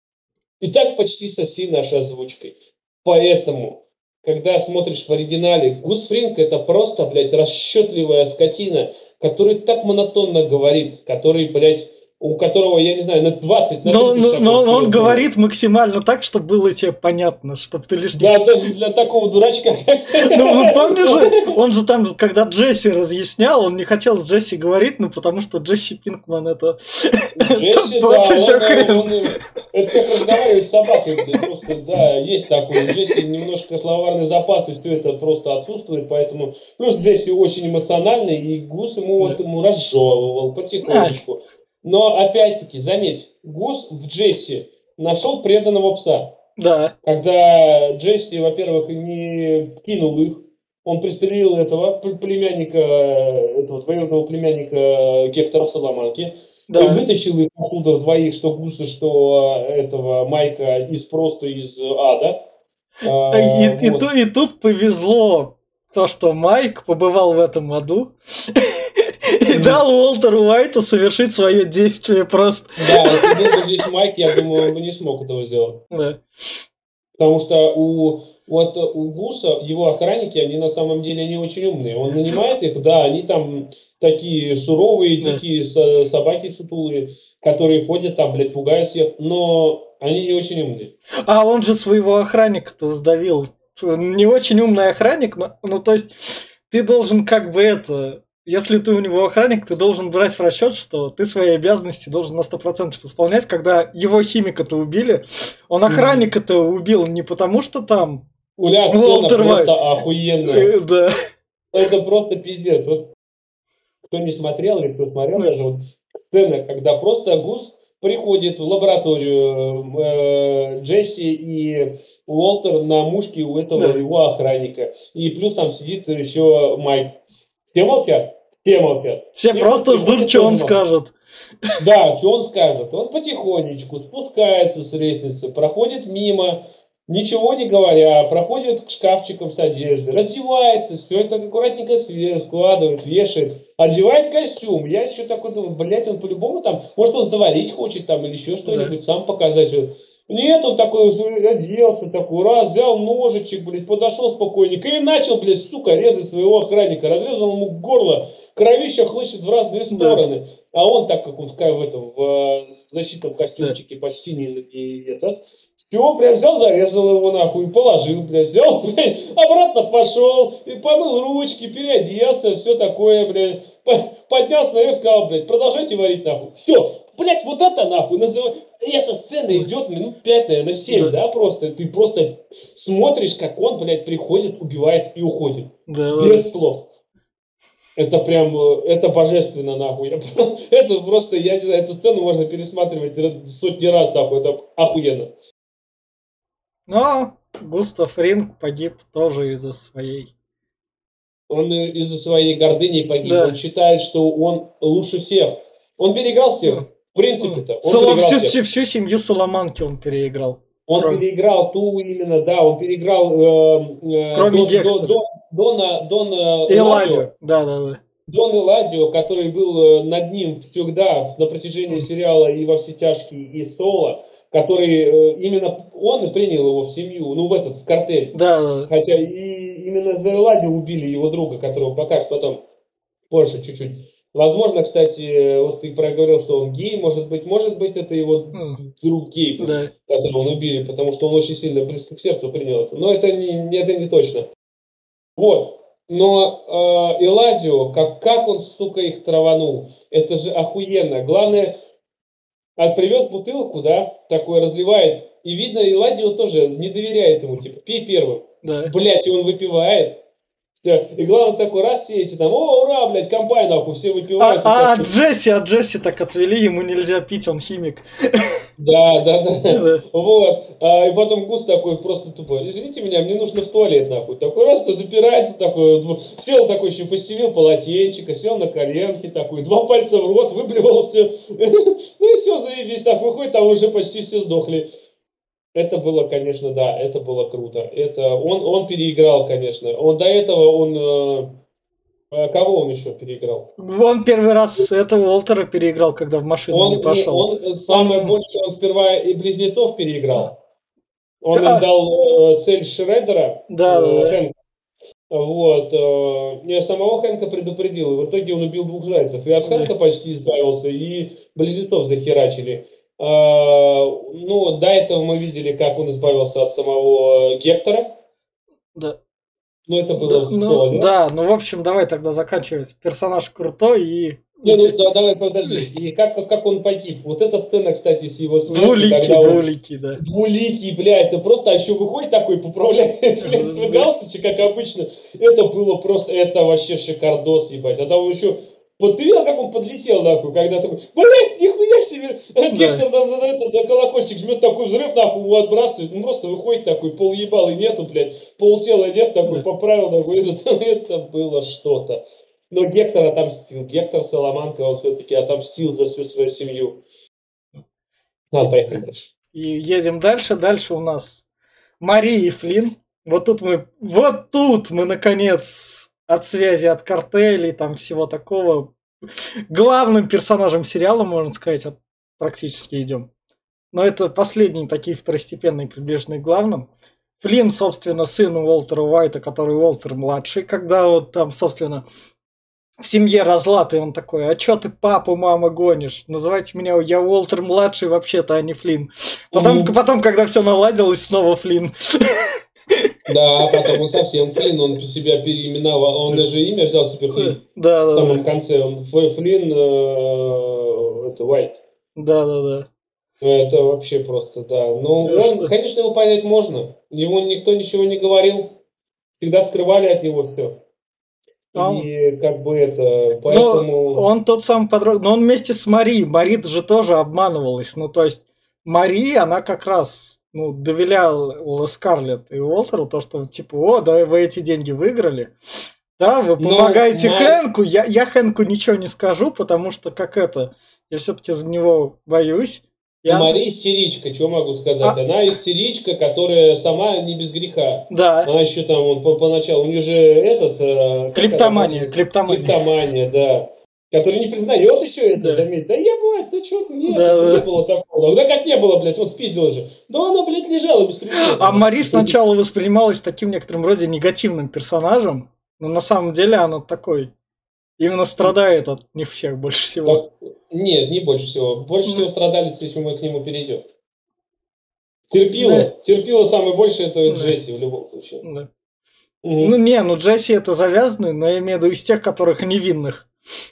И так почти со всей нашей озвучкой. Поэтому, когда смотришь в оригинале, Гус Фринг это просто, блядь, расчетливая скотина, который так монотонно говорит, который, блядь, у которого, я не знаю, на 20, на 30 шагов но он вперед думает. говорит максимально так, чтобы было тебе понятно, чтобы ты лишний... Да, даже для такого дурачка. Ну, помнишь же, он же там, когда Джесси разъяснял, он не хотел с Джесси говорить, ну, потому что Джесси Пинкман это... Джесси, тот да, еще хрен. это как разговаривать с собакой, блин, просто, да, есть такое. У Джесси немножко словарный запас, и все это просто отсутствует, поэтому... Плюс Джесси очень эмоциональный, и Гус ему разжевывал потихонечку. Но, опять-таки, заметь, Гус в Джесси нашел преданного пса. Да. Когда Джесси, во-первых, не кинул их, он пристрелил этого племянника, этого двоюродного племянника Гектора Соломанки, Да. вытащил их оттуда двоих, что Гуса, что этого Майка, просто из ада. И тут повезло то, что Майк побывал в этом аду и дал Уолтеру Уайту совершить свое действие просто. Да, если был бы здесь Майк, я думаю, он бы не смог этого сделать. Да. Потому что у Гуса, его охранники, они на самом деле не очень умные. Он нанимает их, да, они там такие суровые, дикие собаки сутулые, которые ходят там, блядь, пугают всех, но они не очень умные. А он же своего охранника-то сдавил. Не очень умный охранник, но, ну, то есть, ты должен как бы это... Если ты у него охранник, ты должен брать в расчет, что ты свои обязанности должен на 100% исполнять, когда его химика-то убили. Он охранника-то убил не потому, что там... Уля, Уолтер Уайт. просто охуенная. Да. Это просто пиздец. Вот кто не смотрел или кто смотрел даже, вот сцена, когда просто Гус приходит в лабораторию Джесси и Уолтер на мушке у этого Да. его охранника. И плюс там сидит еще Майк. Все молчат? Все молчат. Все И тут просто ждут, приходит что тоже он Майк. скажет. Да, что он скажет? Он потихонечку спускается с лестницы, проходит мимо, ничего не говоря, проходит к шкафчикам с одеждой, раздевается, все это аккуратненько складывает, вешает, одевает костюм. Я еще такой думаю, блядь, он по-любому там, может, он заварить хочет там или еще Да. что-нибудь, сам показать. Нет, он такой оделся, такой раз, взял ножичек, блядь, подошел спокойненько и начал, блядь, сука, резать своего охранника. Разрезал ему горло, кровища хлыщет в разные Да. стороны. А он, так как он в защитном Да. костюмчике почти не этот, все, прям взял, зарезал его нахуй, положил, блядь, взял, блядь, обратно пошел, и помыл ручки, переоделся, все такое, блядь, поднялся наверх, сказал, блядь, продолжайте варить нахуй. Все, блядь, вот это нахуй, эта сцена идет минут 5, наверное, 7, Да. да, просто, ты просто смотришь, как он, блядь, приходит, убивает и уходит. Да. Без слов. Это прям, это божественно, нахуй. Это просто, я не знаю, эту сцену можно пересматривать сотни раз, нахуй, это охуенно. Но Густав Фринг погиб тоже из-за своей. Он из-за своей гордыни погиб. Да. Он считает, что он лучше всех. Он переиграл всех. В принципе-то. Он переиграл всех. Всю семью Соломанки он переиграл. Он переиграл ту именно, да, он переиграл Кроме Гектора. Дона Эладио. Да. Дон Эладио, который был над ним всегда на протяжении сериала и во все тяжкие, и Соло, который именно он и принял его в семью, ну в картель. Да. Хотя и именно за Эладио убили его друга, которого покажет потом позже чуть-чуть. Возможно, кстати, вот ты проговорил, что он гей, может быть это его друг гей был, Да. которого он убили, потому что он очень сильно близко к сердцу принял это. Но это не точно. Вот. Но Эладио, как он, сука, их траванул, это же охуенно. Главное, привез бутылку, да, такой разливает, и видно, Эладио тоже не доверяет ему, типа, пей первым. Да. Блять, и он выпивает. Все. И главное, такой раз светит, там, о, ура, блядь, компания, нахуй, все выпивают. От Джесси так отвели, ему нельзя пить, он химик. Да. Вот. И потом Гус такой просто тупо, извините меня, мне нужно в туалет, нахуй. Такой раз, то запирается, такой, сел такой, еще постелил полотенчика, сел на коленки, такой, 2 пальца в рот, выблевался. Ну и все, заебись, так выходит, там уже почти все сдохли. Это было, конечно, да, это было круто. Это он переиграл, конечно. Он до этого кого он еще переиграл? Он первый раз этого Уолтера переиграл, когда в машину не пошел. Самое большее, он сперва и близнецов переиграл. Он им дал цель Шреддера, Хэнка. Вот. Я самого Хэнка предупредил, и в итоге он убил 2 зайцев. И от Хэнка почти избавился, и близнецов захерачили. Ну, до этого мы видели, как он избавился от самого Гектора. Да. Ну, это было в Соло. Да, ну, в общем, давай тогда заканчивать. Персонаж крутой и... Давай, подожди. И как он погиб? Вот эта сцена, кстати, с его смертью. Двуликий, да. Двуликий, блядь, это просто, а еще выходит такой, поправляет, блядь, свой галстучек, как обычно. Это было просто, это вообще шикардос, ебать. А там еще... Вот ты видел, как он подлетел, нахуй, когда такой, блядь, нихуя себе, Гектор на колокольчик жмет, такой взрыв, нахуй, его отбрасывает, он просто выходит такой, полъебалы нету, блядь, полтела нет, такой, поправил, такой, это было что-то. Но Гектор отомстил, Гектор Соломанка, он все-таки отомстил за всю свою семью. Ладно, поехали дальше. И едем дальше, дальше у нас Мари и Флинн. Вот тут мы наконец... От связи, от картелей, там всего такого. Главным персонажем сериала, можно сказать, практически идем. Но это последние такие второстепенные, приближенные к главным. Флинн, собственно, сын Уолтера Уайта, который Уолтер младший, когда вот там, собственно, в семье разлад, и он такой, а чё ты папу, мама гонишь? Называйте меня, я Уолтер младший вообще-то, а не Флинн. Потом, когда все наладилось, снова Флинн. Да, потом он совсем Флинн, он себя переименовал, он даже имя взял себе Флинн. Да, в самом конце, он Флинн, это Уайт. Да. Это вообще просто, да. Но конечно, его понять можно. Ему никто ничего не говорил, всегда скрывали от него все. И как бы это, Ну, поэтому... он тот самый подросток, но он вместе с Мари. Мари же тоже обманывалась. Ну, то есть, Мари, она как раз, ну, доверяла Скарлетт и Уолтеру, то, что, типа, о, да, вы эти деньги выиграли. Да, вы Но помогаете Хэнку. Я Хэнку ничего не скажу, потому что, как это, я все-таки за него боюсь. Я... Мари истеричка, что могу сказать? Она истеричка, которая сама не без греха. Да. Она еще там, он поначалу, у нее же этот... Клептомания. Клептомания, да. Который не признает еще это, Да. заметь. Да я, блядь, да что, нет, Да, это да. не было такого. Да как не было, блядь, вот спиздила же. Да она, блядь, лежала без присмотра. А Мари сначала воспринималась таким некоторым роде негативным персонажем, но на самом деле она такой, именно страдает от них всех больше всего. Нет, не больше всего. Больше всего страдалец, если мы к нему перейдем. Терпила самое большее, это Джесси в любом случае. Да. Ну не, ну Джесси это завязанный, но я имею в виду из тех, которых невинных.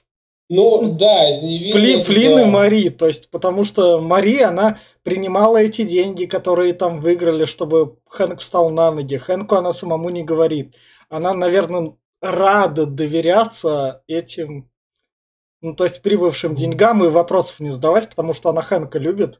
Ну да, из невинных. Флинн и Мари, то есть, потому что Мари, она принимала эти деньги, которые там выиграли, чтобы Хэнк встал на ноги. Хэнку она самому не говорит. Она, наверное, рада доверяться этим, ну, то есть прибывшим деньгам и вопросов не задавать, потому что она Хэнка любит.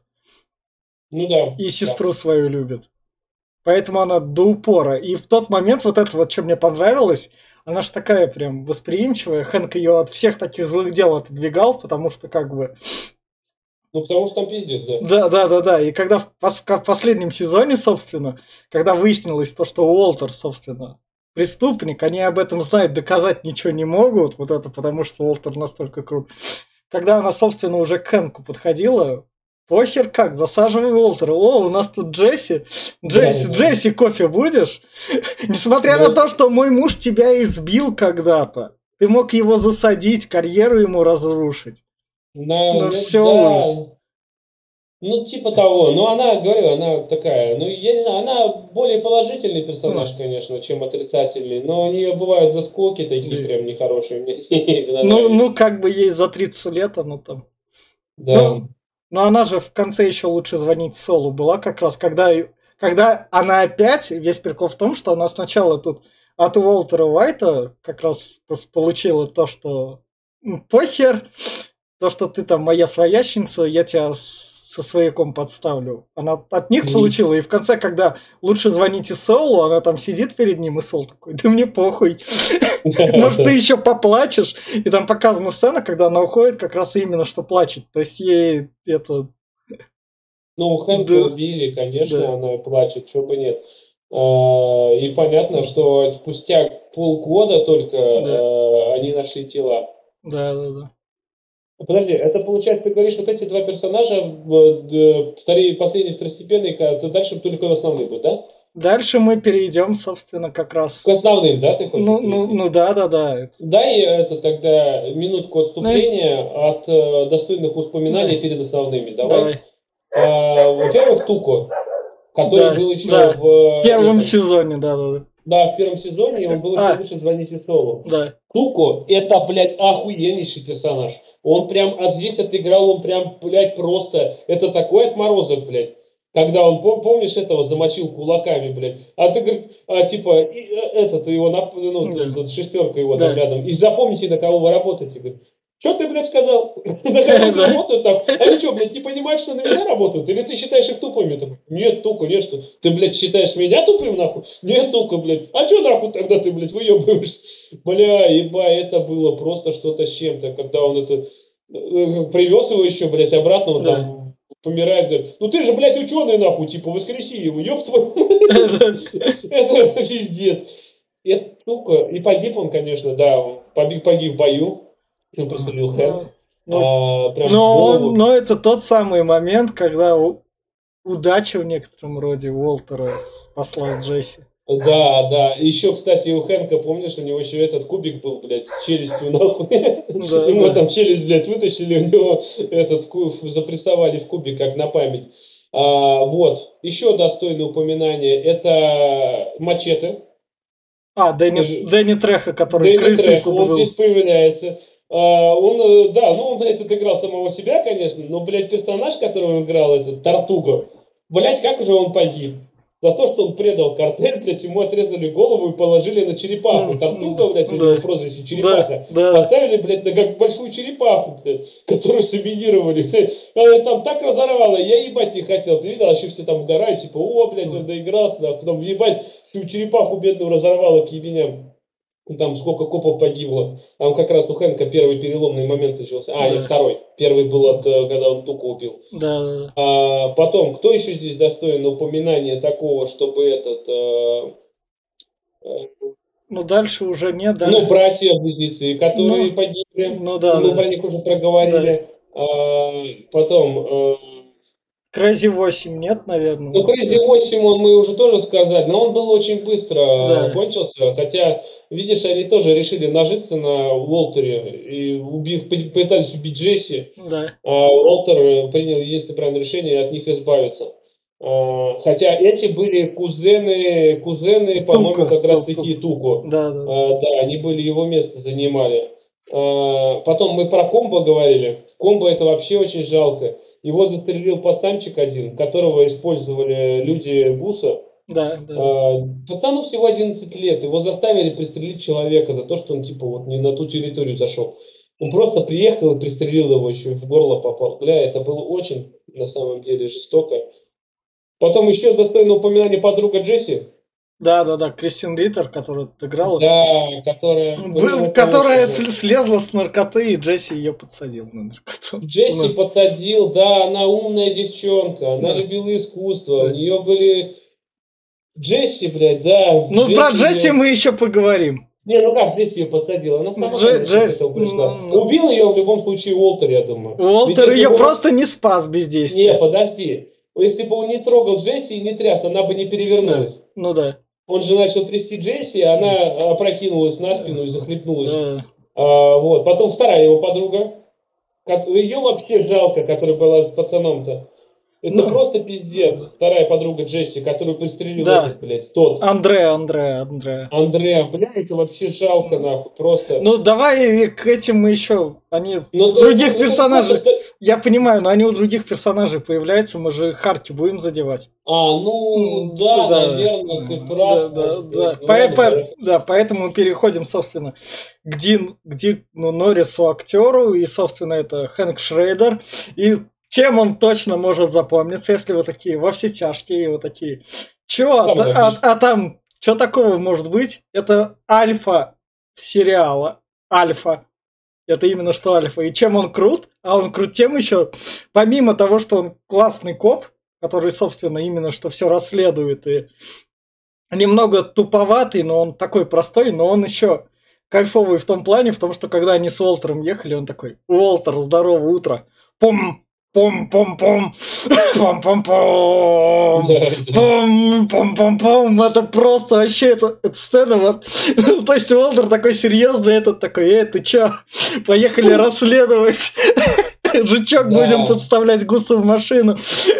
Ну да. И сестру свою любит. Поэтому она до упора. И в тот момент вот это вот, что мне понравилось, она же такая прям восприимчивая. Хэнк ее от всех таких злых дел отодвигал, потому что как бы... Ну, потому что там пиздец, да. Да. И когда в последнем сезоне, собственно, когда выяснилось то, что Уолтер, собственно, преступник, они об этом знают, доказать ничего не могут, вот это потому что Уолтер настолько крут. Когда она, собственно, уже к Хэнку подходила, похер как, засаживай Уолтера. О, у нас тут Джесси. Джесси, кофе будешь? Несмотря на то, что мой муж тебя избил когда-то, ты мог его засадить, карьеру ему разрушить. Ну, все. Ну, типа того. Но она, говорю, она такая, ну, я не знаю, она более положительный персонаж, конечно, чем отрицательный. Но у нее бывают заскоки такие прям нехорошие. Ну, как бы ей за 30 лет, оно там. Да. Но она же в конце еще лучше звонить Солу была как раз, когда она опять, весь прикол в том, что она сначала тут от Уолтера Уайта как раз получила то, что похер, то, что ты там моя своячница, я тебя со свояком подставлю. Она от них получила, и в конце, когда лучше звоните Солу, она там сидит перед ним, и Сол такой, да мне похуй. Может, ты еще поплачешь? И там показана сцена, когда она уходит, как раз именно что плачет. То есть ей это... Ну, Хэнка убили, конечно, она плачет, чего бы нет. И понятно, что спустя полгода только они нашли тела. Да. Подожди, это получается, ты говоришь, вот эти два персонажа, последний второстепенный, дальше только в основных будут, да? Дальше мы перейдем, собственно, как раз... К основным, да, ты хочешь перейти? Ну да. Дай это тогда минутку отступления от достойных воспоминаний перед основными. Давай. Во-первых, Туко, который был еще в первом сезоне, да. Да, в первом сезоне он был еще лучше «Звоните Солу». Да. Туко – это, блядь, охуеннейший персонаж. Он прям здесь отыграл, он прям, блядь, просто... Это такой отморозок, блядь. Когда он, помнишь, этого замочил кулаками, блядь. А ты, говорит, этот его, шестерка его там рядом. И запомните, на кого вы работаете. Говорит, что ты, блядь, сказал? На кого они работают там? Они что, блядь, не понимают, что на меня работают? Или ты считаешь их тупыми? Нет, Тука, нет, что? Ты, блядь, считаешь меня тупым, нахуй? Нет, Тука, блядь. А что, нахуй, тогда ты, блядь, выебываешься? Бля, это было просто что-то с чем-то. Когда он это... Привез его еще, блядь, обратно, он там помирает, говорит, ну ты же, блядь, ученый, нахуй, типа, воскреси его, ёб твою. Это пиздец. Это Тука. И погиб он, конечно, да, погиб в бою. Он прострелил Хэнк. Но это тот самый момент, когда удача в некотором роде Уолтера спасла Джесси. Да. Еще, кстати, у Хэнка, помнишь, у него еще этот кубик был, блядь, с челюстью, нахуй. Ему там челюсть, блядь, вытащили, у него запрессовали в кубик, как на память. Вот. Еще достойное упоминание. Это Мачете. Дэнни Треха, который крысой тут был. Он здесь появляется. Он, блядь, отыграл самого себя, конечно, но, блядь, персонаж, которого он играл, этот Тартуга, блядь, как же он погиб. За то, что он предал картель, блядь, ему отрезали голову и положили на черепаху. Тартуга, блядь, у него прозвище черепаха. Поставили, блядь, на как большую черепаху, блядь, которую сумминировали, блядь. Там так разорвало, я ебать не хотел. Ты видел, вообще все там угорают, типа, о, блядь, он доигрался, да. Потом ебать, всю черепаху бедную разорвало к ебеням. Там сколько копов погибло. Там как раз у Хэнка первый переломный момент начался. Нет, второй. Первый был когда он Туку убил. Да. Потом, кто еще здесь достоин упоминания такого, чтобы Ну, дальше уже нет. Ну, братья-близнецы, которые погибли. Ну, да. Мы про них уже проговорили. Потом... Crazy 8 нет, наверное. Ну, Crazy 8 мы уже тоже сказали, но он был очень быстро кончился. Хотя, видишь, они тоже решили нажиться на Уолтере и пытались убить Джесси. Да. А Уолтер принял единственное правильное решение от них избавиться. Хотя эти были кузены, по-моему, как раз таки Туку. Да, они были, его место занимали. Потом мы про Комбо говорили. Комбо это вообще очень жалко. Его застрелил пацанчик один, которого использовали люди Гуса. Да. Пацану всего 11 лет. Его заставили пристрелить человека за то, что он типа вот не на ту территорию зашел. Он просто приехал и пристрелил его, еще в горло попал. Бля, это было очень, на самом деле, жестоко. Потом еще достойно упоминания подруга Джесси. Да, Кристин Риттер, которая отыграла. Да, которая слезла с наркоты, и Джесси ее подсадил на наркоту. Джесси подсадил, да, она умная девчонка, она любила искусство, у нее были... Джесси, блядь, да. Ну, про Джесси мы еще поговорим. Не, ну как Джесси ее посадила? Она сама к этому пришла. Убил ее в любом случае Уолтер, я думаю. Уолтер ее просто не спас бездействия. Не, подожди. Если бы он не трогал Джесси и не тряс, она бы не перевернулась. Ну да. Он же начал трясти Джесси, она опрокинулась на спину и захлебнулась. Вот. Потом вторая его подруга. Ее вообще жалко, которая была с пацаном-то. Это просто пиздец. Вторая подруга Джесси, которую пристрелил этот, блядь, тот. Андреа, бля, это вообще жалко, нахуй, просто. Ну, давай к этим мы еще... Они других персонажей... Я понимаю, но они у других персонажей появляются, мы же Харти будем задевать. Наверное, ты прав. Да, поэтому мы переходим, собственно, к Дину Норрису, актеру, и, собственно, это Хэнк Шрейдер, и чем он точно может запомниться, если вы такие во все тяжкие, вы такие, там, что такого может быть? Это альфа сериала, альфа. Это именно что альфа. И чем он крут? А он крут тем еще, помимо того, что он классный коп, который, собственно, именно что все расследует, и немного туповатый, но он такой простой, но он еще кайфовый в том плане, в том, что когда они с Уолтером ехали, он такой, Уолтер, здорово, утро. Пум! Пум-пум-пум, пум-пум-пум, пум-пум-пум-пум. Это просто вообще, эта сцена, вот. То есть Уолтер такой серьезный, этот такой, ты чё, поехали расследовать. Жучок будем подставлять Гусу в машину.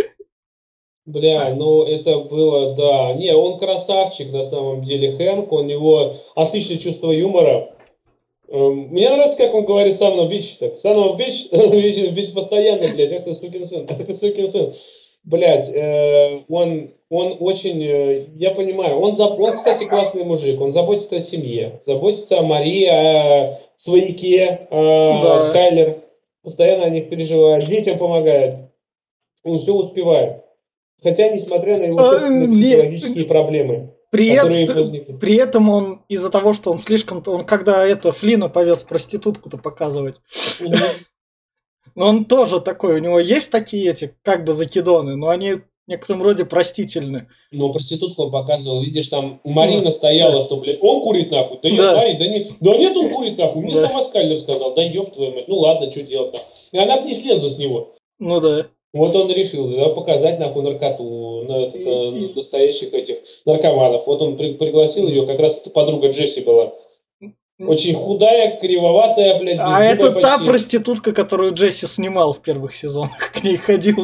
Бля, это было, да. Не, он красавчик на самом деле, Хэнк, у него отличное чувство юмора. Мне нравится, как он говорит son of bitch. Так, son of bitch, bitch постоянно, блядь, ах ты сукин сын. Блядь, он очень, я понимаю, он, кстати, классный мужик, он заботится о семье, заботится о Марии, о свояке, Скайлер, постоянно о них переживает, детям помогает, он все успевает. Хотя, несмотря на его собственные психологические проблемы. При этом он, из-за того, что он слишком... Он когда Флина повез проститутку-то показывать. Но он тоже такой, у него есть такие как бы закидоны, но они в некотором роде простительны. Но проститутку он показывал, видишь, там Марина стояла, что, блядь, он курит нахуй. Да нет, Марин, да нет, он курит нахуй. Мне сама Скайлер сказал, да ёб твою мать, ну ладно, что делать-то. И она бы не слезла с него. Ну да. Вот он решил показать нахуй наркоту, настоящих этих наркоманов. Вот он пригласил ее, как раз подруга Джесси была. Очень худая, кривоватая, блядь, а это почти. Та проститутка, которую Джесси снимал в первых сезонах, к ней ходил.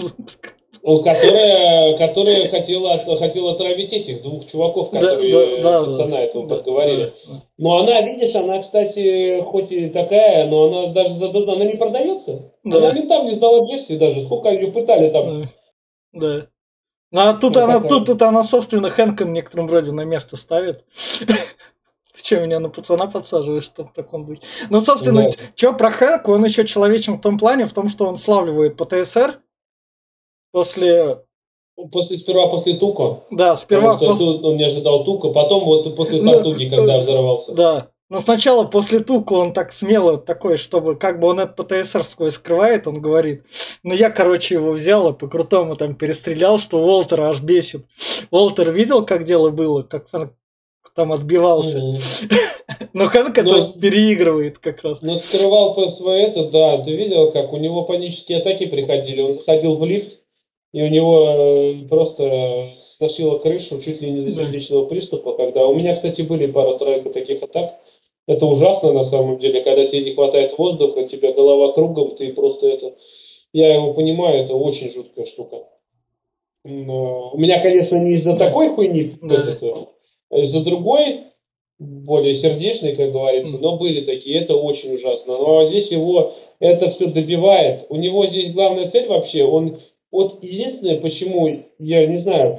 Которая хотела отравить этих двух чуваков, которые пацана этого подговорили. Но она, видишь, она, кстати, хоть и такая, но она даже она не продается. Она ментам не сдала Джесси даже. Сколько ее пытали там. Да. Ну, а тут Ну, она, такая. тут она, собственно, Хэнка в некотором роде на место ставит. Ты что, меня на пацана подсаживаешь, что в таком духе? Ну, собственно, Да. что про Хэнка, он еще человечен в том плане, в том, что он славливает ПТСР после... Сперва после Тука, Да, потому сперва что после... тут он не ожидал Тука, потом вот после Ну, Тартуги, когда взорвался. да. Но сначала после Тука он так смело такой, чтобы как бы он это ПТСР свой скрывает, он говорит, ну я, короче, его взял и по-крутому там перестрелял, что Уолтера аж бесит. Уолтер видел, как дело было, как Хэнк там отбивался. Мгм. Но Хэнк это Но, переигрывает как раз. но скрывал по свое это, да, ты видел, как у него панические атаки приходили, он заходил в лифт, и у него просто сносило крышу чуть ли не до Да. сердечного приступа, когда... У меня, кстати, были пара-тройка таких атак. Это ужасно на самом деле, когда тебе не хватает воздуха, у тебя голова кругом, ты просто это... Я его понимаю, это очень жуткая штука. Но у меня, конечно, не из-за Да. такой хуйни, Да. а из-за другой, более сердечной, как говорится, М. но были такие, это очень ужасно. Но здесь его это все добивает. У него здесь главная цель вообще, он, вот единственное, почему, я не знаю,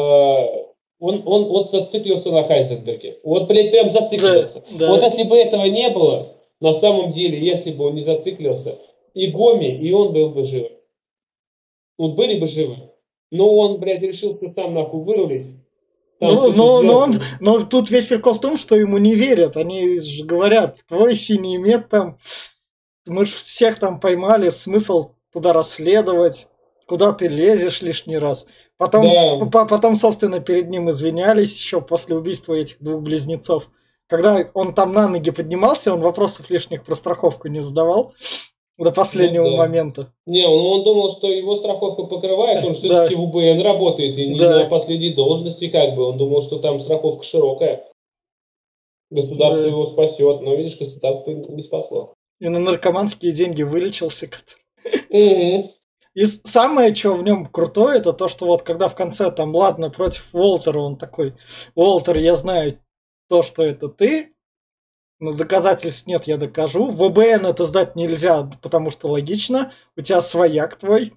он вот зациклился на Хайзенберге. Вот, блядь, прям Да. зациклился. Вот Да. если бы этого не было, на самом деле, если бы он не зациклился, и Гоми, и он был бы жив. Вот были бы живы. Но он, блядь, решил сам нахуй вырулить, сам Ну, все это сделать. но тут весь прикол в том, что ему не верят. Они же говорят, твой синий мед там, мы ж всех там поймали, смысл туда расследовать, куда ты лезешь лишний раз. Да, Потом, собственно, перед ним извинялись еще после убийства этих двух близнецов. Когда он там на ноги поднимался, он вопросов лишних про страховку не задавал до ну последнего да. момента. Не, он думал, что его страховка покрывает, он все-таки Да, в УБН работает и не на да, последней должности как бы. Он думал, что там страховка широкая, государство да. его спасет, но видишь, государство не спасло. И на наркоманские деньги вылечился. Мгм. И самое, что в нем крутое, это то, что вот когда в конце там, ладно, против Уолтера, он такой, Уолтер, я знаю то, что это ты, но доказательств нет, я докажу. В ОБН это сдать нельзя, потому что логично, у тебя свояк твой,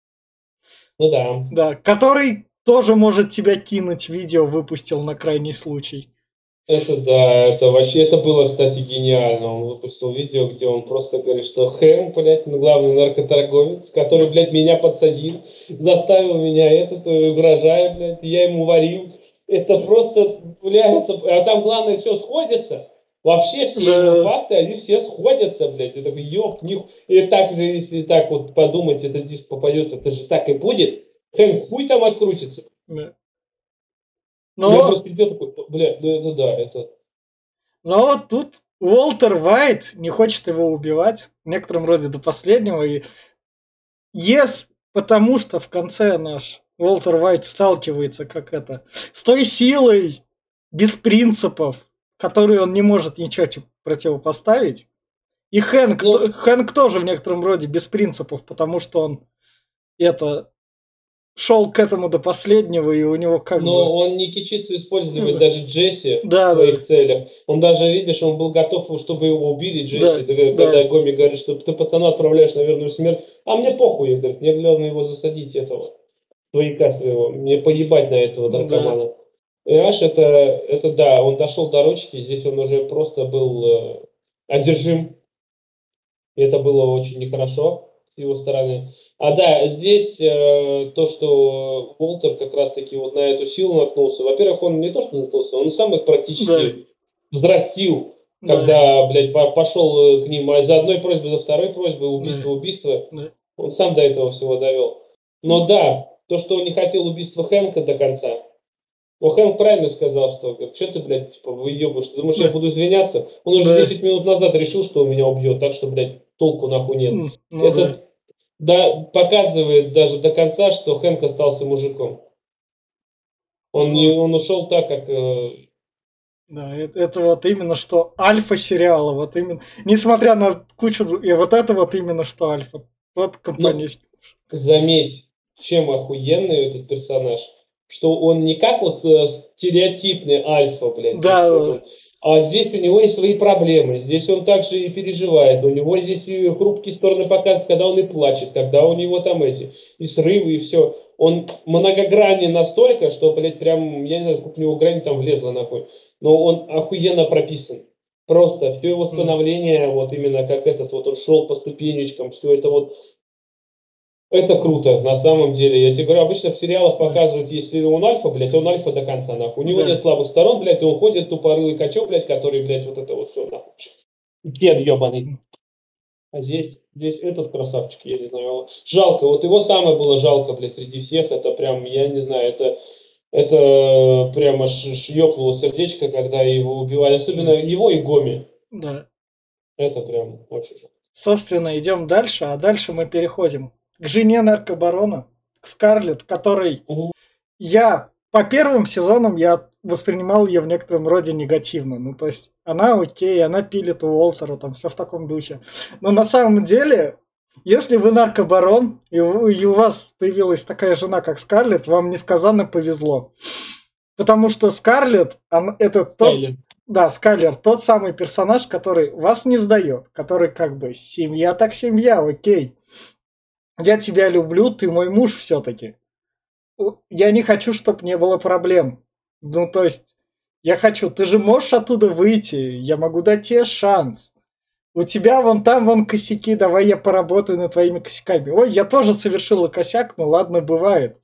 Ну да. да, который тоже может тебя кинуть, видео выпустил на крайний случай. Это да, это вообще, это было, кстати, гениально. Он выпустил видео, где он просто говорит, что Хэн, блядь, главный наркоторговец, который, блядь, меня подсадил, заставил меня угрожая, блядь, я ему варил. Это просто, блядь, а там главное все сходится. Вообще все его Да, факты, они все сходятся, блядь. Я такой, ёб, И так же, если так вот подумать, этот диск попадет, это же так и будет. Хэн хуй там открутится. да. Я Но, просто сидел такой, блядь, ну это да, это... но вот тут Уолтер Уайт не хочет его убивать, в некотором роде до последнего, и потому что в конце наш Уолтер Уайт сталкивается как это с той силой без принципов, которой он не может ничего противопоставить. И Ну, Хэнк тоже в некотором роде без принципов, потому что он это шел к этому до последнего, и у него как бы... но он не кичится использовать даже Джесси в Да, да, своих целях. Он даже, видишь, он был готов, чтобы его убили, Джесси. да, Когда да, Гоми говорит, что ты пацана отправляешь на верную смерть. А мне похуй, говорит, мне главное его засадить, этого, свояка своего. Мне поебать на этого да. наркомана. Понимаешь, это да, он дошел до ручки, здесь он уже просто был одержим. И это было очень нехорошо с его стороны. А да, здесь то, что Уолтер как раз-таки вот на эту силу наткнулся. Во-первых, он не то, что наткнулся, он сам их Да, практически взрастил, да, когда, блядь, пошел к ним за одной просьбой, за второй просьбой, да, убийство. да. Он сам до этого всего довел. Но да, то, что он не хотел убийства Хэнка до конца, но Хэнк правильно сказал, что, говорит, что ты, блядь, типа, выебываешь, ты думаешь, я Да, буду извиняться? Он уже да. 10 минут назад решил, что он меня убьет, так что, блядь, толку нахуй нет. Ну да. Это да, показывает даже до конца, что Хэнк остался мужиком. Он, не, Ну, он ушел так, как... да, это вот именно что альфа сериала, вот именно, несмотря на кучу, и вот это вот именно что альфа, вот ну, компанейский. заметь, чем охуенный этот персонаж, что он не как вот стереотипный альфа, блядь, то есть вот Да, он А здесь у него есть свои проблемы, здесь он также и переживает, у него здесь и хрупкие стороны показывают, когда он и плачет, когда у него там эти, и срывы, и все. Он многогранен настолько, что, блядь, прям, я не знаю, сколько у него грани там влезло, нахуй. Но он охуенно прописан. Просто все его становление, вот именно как этот вот он шел по ступенечкам, все это вот это круто, на самом деле. Я тебе говорю, обычно в сериалах Да. показывают, если он альфа, блядь, он альфа до конца, нахуй. У него Да. нет слабых сторон, блядь, и он ходит тупорылый качок, блядь, который, блядь, вот это вот все, нахуй. Кед ебаный. А здесь этот красавчик, я не знаю. Жалко, вот его самое было жалко, блядь, среди всех. Это прям, я не знаю, это прямо ёкнуло сердечко, когда его убивали. Особенно его и Гоми. Да. Это прям очень жалко. Собственно, идем дальше, а дальше мы переходим к жене наркобарона, к Скарлетт, который Мгм. я по первым сезонам я воспринимал ее в некотором роде негативно. Ну, то есть, она окей, она пилит у Уолтера, там все в таком духе. Но на самом деле, если вы наркобарон, и у вас появилась такая жена, как Скарлетт, вам несказанно повезло. Потому что Скарлетт, это тот, Скайлер. да, Скайлер, тот самый персонаж, который вас не сдает, который как бы семья так семья, окей. Я тебя люблю, ты мой муж все-таки. Я не хочу, чтобы не было проблем. Ну, то есть, я хочу, ты же можешь оттуда выйти, я могу дать тебе шанс. У тебя вон там вон косяки, давай я поработаю над твоими косяками. Ой, я тоже совершила косяк, ну ладно, бывает.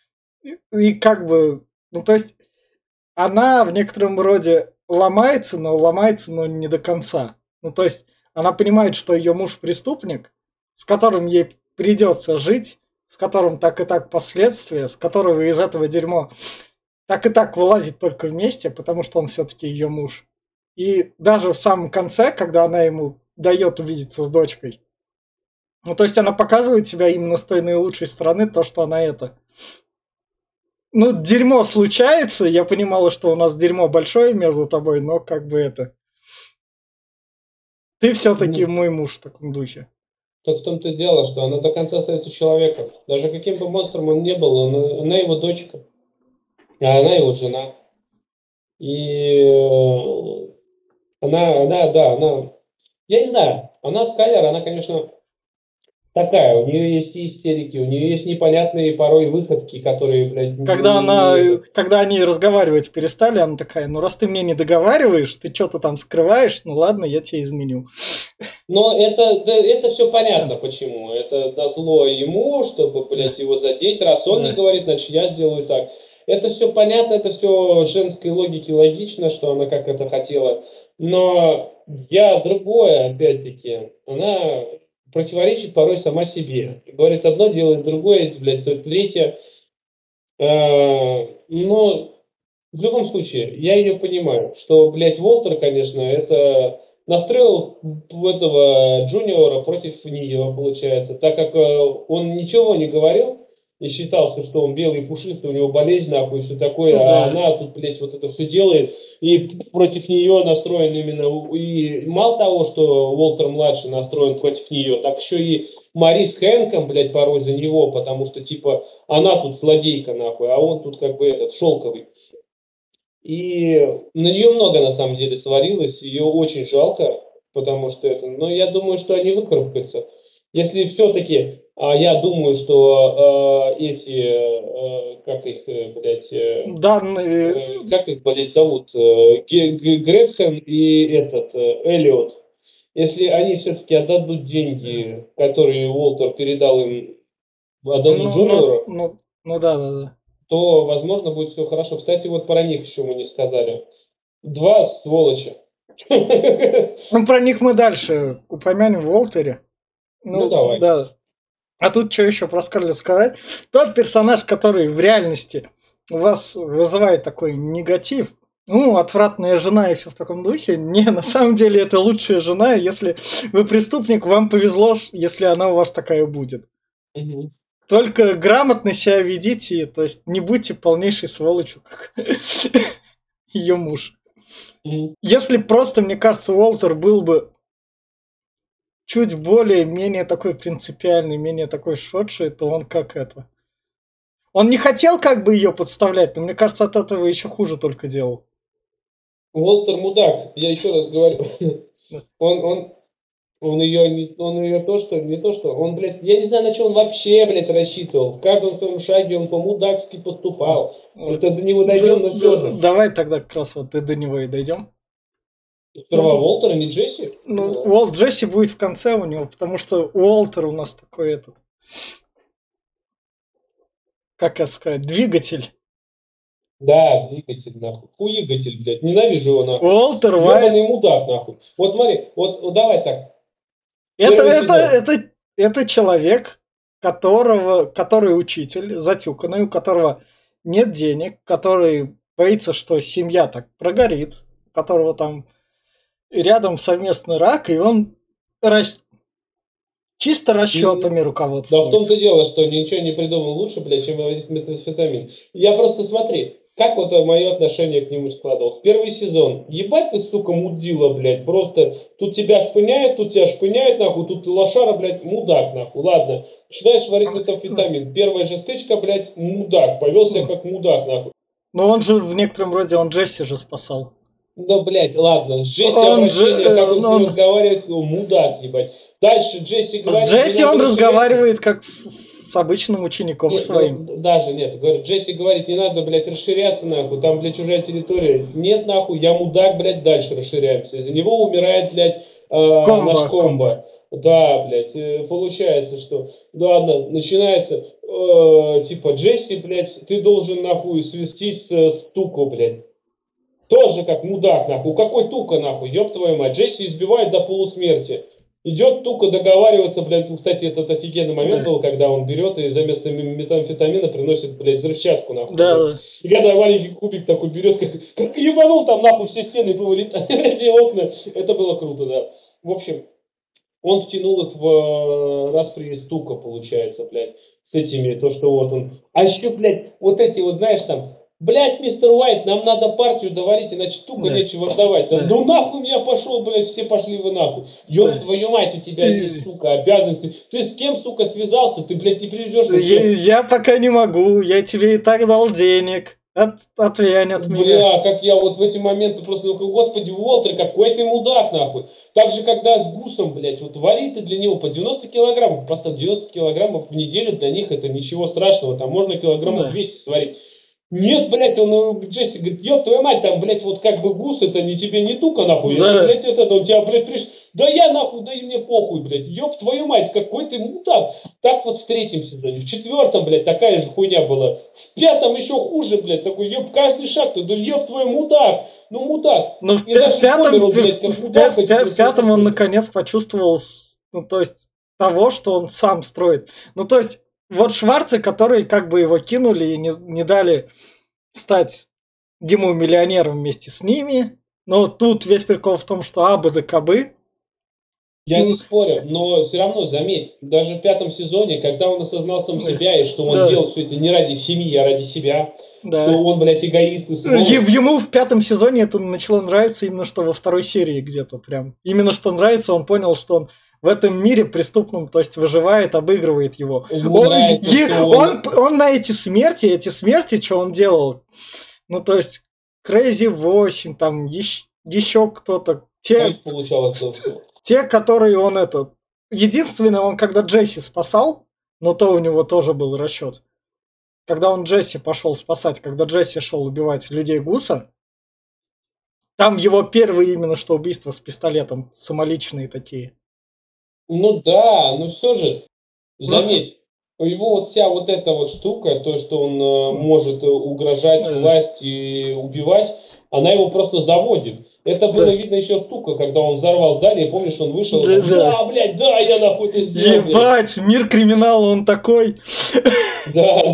И как бы, ну то есть, она в некотором роде ломается, но не до конца. Ну, то есть, она понимает, что ее муж преступник, с которым ей придется жить, с которым так и так последствия, с которого из этого дерьмо так и так вылазит только вместе, потому что он все-таки ее муж. И даже в самом конце, когда она ему дает увидеться с дочкой, ну, то есть она показывает себя именно с той наилучшей стороны, то, что она это ну, дерьмо случается, я понимала, что у нас дерьмо большое между тобой, но как бы это... Ты все-таки Ну, мой муж в таком духе. так в том-то и дело, что она до конца остается человеком. Даже каким бы монстром он ни был, она его дочка, а она его жена. И она, я не знаю, она Скайлер, она, конечно, такая, у нее есть истерики, у нее есть непонятные порой выходки, которые, блядь, не этот. Когда они разговаривать перестали, она такая, ну раз ты мне не договариваешь, ты что-то там скрываешь, ну ладно, я тебя изменю. Но это, да, это все Да, понятно почему. Это назло ему, чтобы, да, блядь, его задеть. Раз он не да. говорит, значит, я сделаю так. Это все понятно, это все женской логике логично, что она как это хотела. Но я другое, опять-таки, она противоречит порой сама себе. Говорит одно, делает другое, блядь, то третье. Но в любом случае, я ее понимаю, что, блядь, Волтер, конечно, это настроил этого Джуниора против нее, получается, так как он ничего не говорил и считался, что он белый и пушистый, у него болезнь, нахуй, и все такое, а Да. она тут, блядь, вот это все делает, и против нее настроен именно, и мало того, что Уолтер-младший настроен против нее, так еще и Марис Хэнком, блядь, порой за него, потому что, типа, она тут злодейка, нахуй, а он тут как бы этот шелковый. И на нее много на самом деле свалилось, ее очень жалко, потому что это, но я думаю, что они выкарабкаются. Если все-таки, я думаю, что как их, блядь, Данные... как их, блядь, зовут, Гретхен и этот, Эллиот, если они все-таки отдадут деньги, которые Уолтер передал им, отдадут Джуниору, Ну да, да, да. то, возможно, будет все хорошо. Кстати, вот про них еще мы не сказали. Два сволочи. Ну, про них мы дальше упомянем в Уолтере. Ну, Ну, давай. да. А тут что еще про Скарлетт сказать? Тот персонаж, который в реальности у вас вызывает такой негатив, ну, отвратная жена и все в таком духе. Не, на самом деле это лучшая жена, если вы преступник, вам повезло, если она у вас такая будет. Мгм. Только грамотно себя ведите, то есть не будьте полнейшей сволочью, как ее муж. Мгм. Если просто, мне кажется, Уолтер был бы чуть более, менее такой принципиальный, менее такой шотший, то он как это. Он не хотел как бы ее подставлять, но мне кажется, от этого еще хуже только делал. Уолтер мудак, я еще раз говорю. Он, он, он ее не то что, он, блядь, я не знаю, на что он вообще, блядь, рассчитывал. В каждом своем шаге он по-мудакски поступал. Это до него дойдем, но все же. Давай тогда как раз вот и до него и дойдем. Сперва Уолтер, а не Джесси? Ну, Уолт Джесси будет в конце у него, потому что Уолтер у нас такой этот, как это сказать, двигатель. Да, двигатель, нахуй. Хуигатель, блядь. Ненавижу его, нахуй. Уолтер Ёбаный мудак, нахуй. Вот смотри, вот давай так. Это человек, который учитель, затюканный, у которого нет денег, который боится, что семья так прогорит, у которого там рядом совместный рак, и он чисто расчетами руководствуется. Да в том-то дело, что ничего не придумал лучше, блядь, чем выводить метамфетамин. Я просто смотри, как вот мое отношение к нему складывалось. Первый сезон. Ебать ты, сука, мудила, блядь. Просто тут тебя шпыняют, нахуй. Тут ты лошара, блядь, мудак, нахуй. Ладно. Начинаешь варить метамфетамин. Первая же стычка, блядь, мудак. Повел себя как мудак, нахуй. Но он же в некотором роде, он Джесси же спасал. Да, блядь, ладно. С Джесси обращение, как он с ним разговаривает, мудак, ебать. Дальше Джесси говорит... С Джесси он разговаривает как с обычным учеником нет, своим. Ну, даже нет, говорит, Джесси говорит, не надо, блядь, расширяться, нахуй, там, блядь, чужая территория. Нет, нахуй, я мудак, блядь, дальше расширяемся. Из-за него умирает, блядь, наш комбо. Да, блядь, получается, что... Ладно, начинается, типа, Джесси, блядь, ты должен, нахуй, свестись с Туко, блядь. Тоже как мудак, нахуй. Какой Тука, нахуй, ёб твою мать. Джесси избивает до полусмерти. Идет Тука договариваться, блядь, кстати, этот офигенный момент был, когда он берет и за место метамфетамина приносит, блядь, взрывчатку, нахуй. Да. И когда маленький кубик такой берет, как ебанул, там, нахуй, все стены повылетали, эти окна. Это было круто, да. В общем, он втянул их в распри Тука, получается, блядь, с этими, то, что вот он. А еще, блядь, вот эти вот, знаешь, там, блядь, мистер Уайт, нам надо партию доварить, иначе Тука нечего отдавать. Да. Ну нахуй меня пошел, блядь, все пошли вы нахуй. Ёб твою мать, у тебя есть, сука, обязанности. Ты с кем, сука, связался? Ты, блядь, не приведешь на я пока не могу, я тебе и так дал денег. Отвянь от меня. Бля, как я вот в эти моменты просто, господи, Уолтер, какой ты мудак, нахуй. Так же, когда с Гусом, блядь, вот вари ты для него по 90 килограммов, просто 90 килограммов в неделю для них это ничего страшного, там можно килограммов 200 сварить. Нет, блядь, он Джесси говорит, ёб твою мать, там, блядь, вот как бы Гус, это не тебе не Тука, нахуй, да. это, блядь, это, у тебя, блядь, да я, нахуй, да и мне похуй, блядь, ёб твою мать, какой ты мудак. Так вот в 3-м сезоне, в 4-м, блядь, такая же хуйня была, в 5-м еще хуже, блядь, такой, ёб, каждый шаг, ты, да ёб твой мудак, ну мудак. Ну, в 5-м он наконец почувствовал, ну, то есть, того, что он сам строит. Ну, то есть, вот Шварцы, которые как бы его кинули и не дали стать ему миллионером вместе с ними. Но тут весь прикол в том, что абы да кабы. Я не спорю, но все равно, заметь, даже в 5-м сезоне, когда он осознал сам себя, и что он делал все это не ради семьи, а ради себя, что он, блядь, эгоист и сволочь. Ему в 5-м сезоне это начало нравиться именно что во 2-й серии где-то прям. Именно что нравится, он понял, что он в этом мире преступном, то есть выживает, обыгрывает его. Он на эти смерти, что он делал? Ну, то есть, Crazy 8, там еще кто-то. Те, которые он этот... Единственное, он когда Джесси спасал, но то у него тоже был расчет. Когда он Джесси пошел спасать, когда Джесси шел убивать людей Гуса, там его первые именно что убийства с пистолетом, самоличные такие. Ну да, но все же, заметь, у него вот вся вот эта вот штука, то, что он может угрожать власти и убивать, она его просто заводит. Это было видно еще Тука, когда он взорвал здание, помнишь, он вышел, блядь, да, я нахуй это сделал. Ебать, мир криминала, он такой. Да.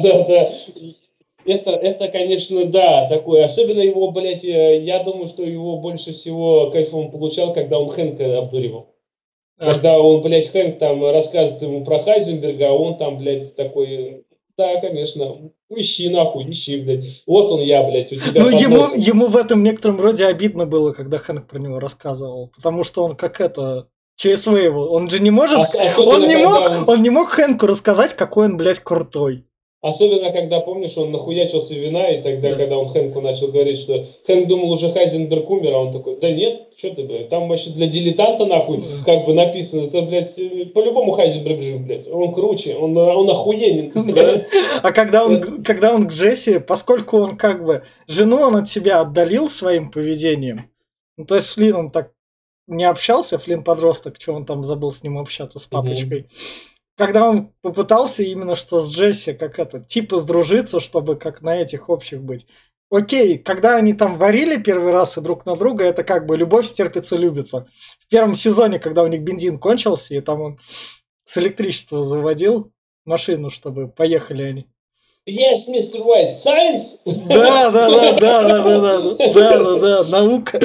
Это, конечно, да, такое. Особенно его, блядь, я думаю, что его больше всего кайф он получал, когда он Хэнка обдуривал. Когда он, блядь, Хэнк там рассказывает ему про Хайзенберга, а он там, блядь, такой... Да, конечно. Ищи нахуй, блядь. Вот он я, блядь, у тебя. Ну, ему в этом некотором роде обидно было, когда Хэнк про него рассказывал. Потому что он как это... ЧСВ его. Он же не может... Он не мог Хэнку рассказать, какой он, блядь, крутой. Особенно, когда, помнишь, он нахуячился вина, и тогда, Да. когда он Хэнку начал говорить, что Хэнк думал уже Хайзенберг умер, а он такой, да нет, что ты, блядь, там вообще для дилетанта, нахуй, Да. как бы написано, это, блядь, по-любому Хайзенберг жив, блядь, он круче, он охуенен. Да. А Это- когда он к Джесси, поскольку он как бы жену он от себя отдалил своим поведением, ну, то есть с Флинном так не общался, Флинн подросток, что он там забыл с ним общаться, с Мгм. папочкой. Когда он попытался именно что с Джесси, как это, типа сдружиться, чтобы как на этих общих быть. Окей, когда они там варили первый раз и друг на друга, это как бы любовь стерпится, любится. В первом сезоне, когда у них бензин кончился, и там он с электричества заводил машину, чтобы поехали они. Yes, мистер Уайт, science? Да, да, да, да, да, да, да, да, да, да, наука.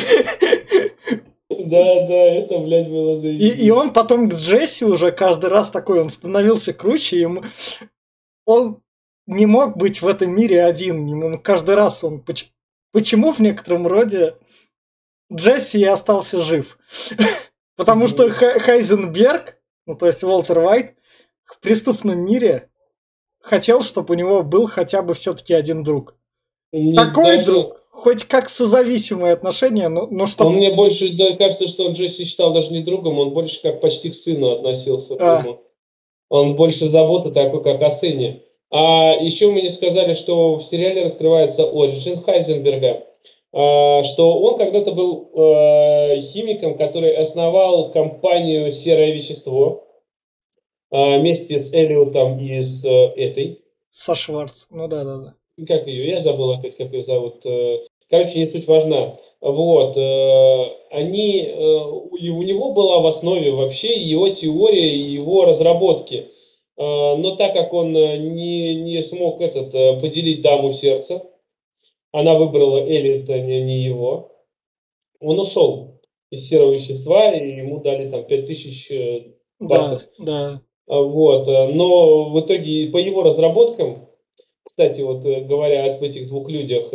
Да, да, это, блядь, было И заебись. он потом к Джесси уже каждый раз такой, он становился круче, ему он не мог быть в этом мире один. Ему каждый раз он... Почему в некотором роде Джесси и остался жив? Потому что Мгм. Хайзенберг, ну то есть Уолтер Уайт, в преступном мире хотел, чтобы у него был хотя бы все-таки один друг. Мне Такой даже друг, хоть как созависимые отношения, но Он чтоб... мне больше кажется, что он Джесси считал даже не другом, он больше как почти к сыну относился к А, нему. Он больше заботы такой, как о сыне. А еще мы не сказали, что в сериале раскрывается оригин Хайзенберга, что он когда-то был химиком, который основал компанию «Серое вещество» вместе с Эллиотом и с этой. со Шварц. Ну да, да, да. Как ее? Я забыл опять, как ее зовут. Короче, не суть важна. Вот. Они, у него была в основе вообще его теория и его разработки. Но так как он не смог поделить даму сердца, она выбрала Эллиота, не его, он ушел из серого вещества, и ему дали там 5000 Да, баксов. да. Вот. Но в итоге по его разработкам, кстати, вот говоря об этих двух людях,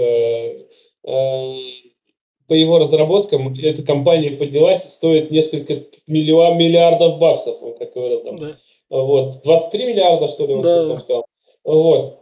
э, по его разработкам эта компания поднялась и стоит несколько миллиардов баксов, он как говорил там. Да, Вот, 23 миллиарда, что ли, он сколько там да. сказал. Вот.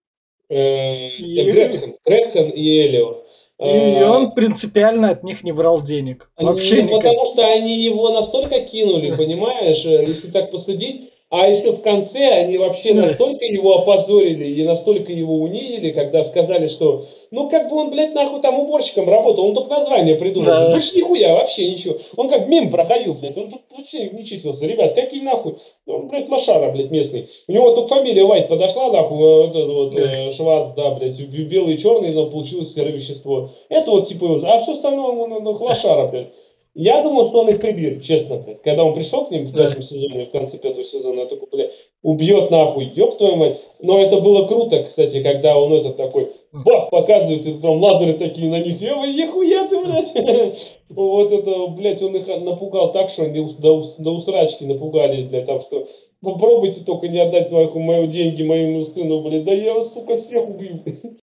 И, Гретхен и Элио. и Э, он принципиально от них не брал денег. Вообще Ну, никак. потому что они его настолько кинули, понимаешь, если так посудить, а еще в конце они вообще Да, настолько его опозорили и настолько его унизили, когда сказали, что, ну, как бы он, блядь, нахуй там уборщиком работал, он только название придумал, блядь, да, больше нихуя, вообще ничего. Он как мимо проходил, блядь, он тут вообще не числился. Ребят, какие нахуй? Он, блядь, лошара, блядь, местный. У него только фамилия Вайт подошла, нахуй, вот это вот, да. Шварц, да, блядь, белый и черный, но получилось серое вещество. Это вот, типа, а все остальное, он лошара, блядь. Я думал, что он их прибьет, честно, блядь. Когда он пришел к ним в Да. пятом сезоне, в конце пятого сезона, я такой, блядь, убьет нахуй, ёб твою мать. Но это было круто, кстати, когда он этот такой, бах, показывает, и там лазеры такие на них, ехуя ты, блядь. Вот это, блядь, он их напугал так, что они до усрачки напугались, блядь, там что, попробуйте только не отдать мои деньги моему сыну, блядь, да я вас, сука, всех убью.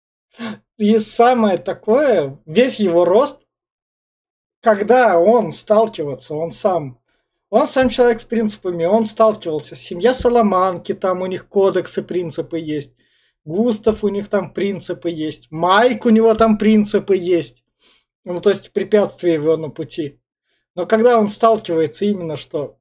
И самое такое, весь его рост, когда он сталкивается, он сам человек с принципами, он сталкивался. Семья Соломанки, там у них кодексы, принципы есть. Густав, у них там принципы есть. Майк, у него там принципы есть. Ну, то есть препятствия его на пути. Но когда он сталкивается именно что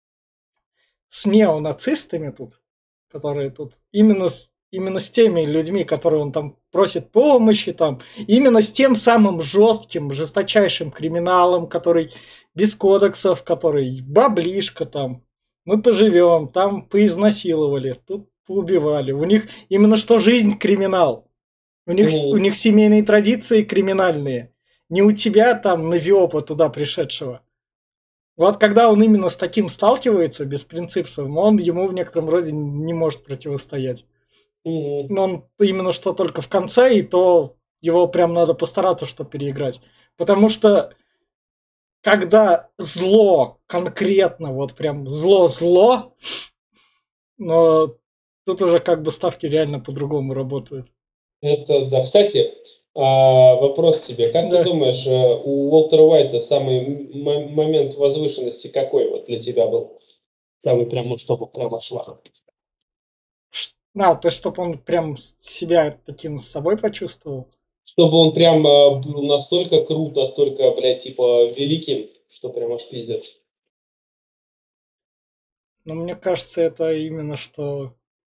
с неонацистами тут, которые тут именно с теми людьми, которые он там просит помощи, там, именно с тем самым жестким, жесточайшим криминалом, который без кодексов, который баблишка там, мы поживем, там поизнасиловали, тут поубивали. У них именно что жизнь криминал. У них семейные традиции криминальные. Не у тебя там навиопа туда пришедшего. Вот когда он именно с таким сталкивается, беспринципцем, он ему в некотором роде не может противостоять. Мгм. Но он именно что только в конце, и то его прям надо постараться, чтобы переиграть. Потому что когда зло конкретно, вот прям зло-зло, но тут уже как бы ставки реально по-другому работают. Это да. Кстати, вопрос тебе. Как ты Да. думаешь, у Уолтера Уайта самый момент возвышенности какой вот для тебя был? Самый прям, ну, чтобы прямо шла. То есть, чтобы он прям себя таким с собой почувствовал. Чтобы он прям был настолько крут, настолько, блядь, типа, великим, что прям аж пиздец. Но мне кажется, это именно что...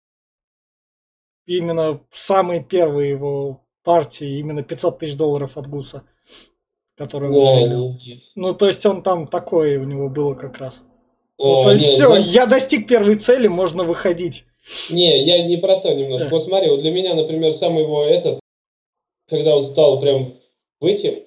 Именно самые первые его партии, именно 500 тысяч долларов от Гуса, которые он выделил. То есть он там такое у него было как раз. То есть все, знаешь, я достиг первой цели, можно выходить. Не, я не про то немножко. Вот смотри, вот для меня, например, самый его когда он стал прям выйти,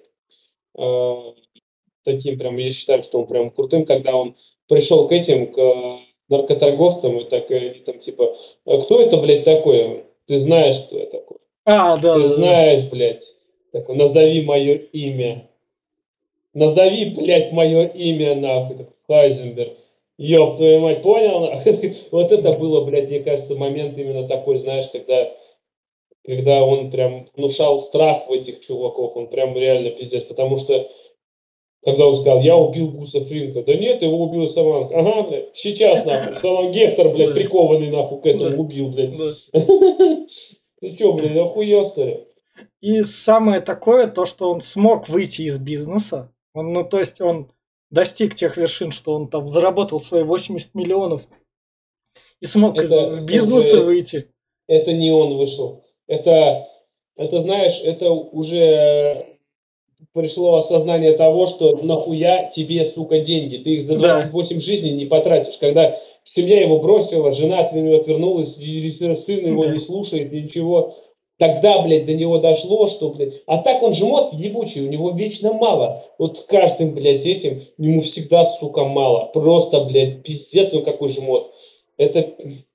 таким прям, я считаю, что он прям крутым, когда он пришел к наркоторговцам и так, и там типа, кто это, блядь, такой? Ты знаешь, кто я такой? Да. Ты знаешь, блядь, такой, назови мое имя. Назови, блядь, мое имя, нахуй. Такой, Хайзенберг. Ёб твою мать, понял? Вот это было, блядь, мне кажется, момент именно такой, знаешь, когда он прям внушал страх в этих чуваков, он прям реально пиздец, потому что когда он сказал, я убил Гуса Фринка, да нет, его убил Саманг. Ага, блядь, сейчас, нахуй, Саманг Гектор, блядь, прикованный, нахуй, к этому убил, блядь. Ты чё, блядь, охуел, что ли? И самое такое, то, что он смог выйти из бизнеса, то есть он достиг тех вершин, что он там заработал свои 80 миллионов и смог из бизнеса выйти. Это не он вышел. Это, знаешь, это уже пришло осознание того, что нахуя тебе, сука, деньги? Ты их за 28 жизней не потратишь. Когда семья его бросила, жена от него отвернулась, сын его не слушает, ничего. Тогда, блядь, до него дошло, что, блядь... А так он жмот ебучий, у него вечно мало. Вот каждым, блядь, этим ему всегда, сука, мало. Просто, блядь, пиздец, он какой жмот. Это...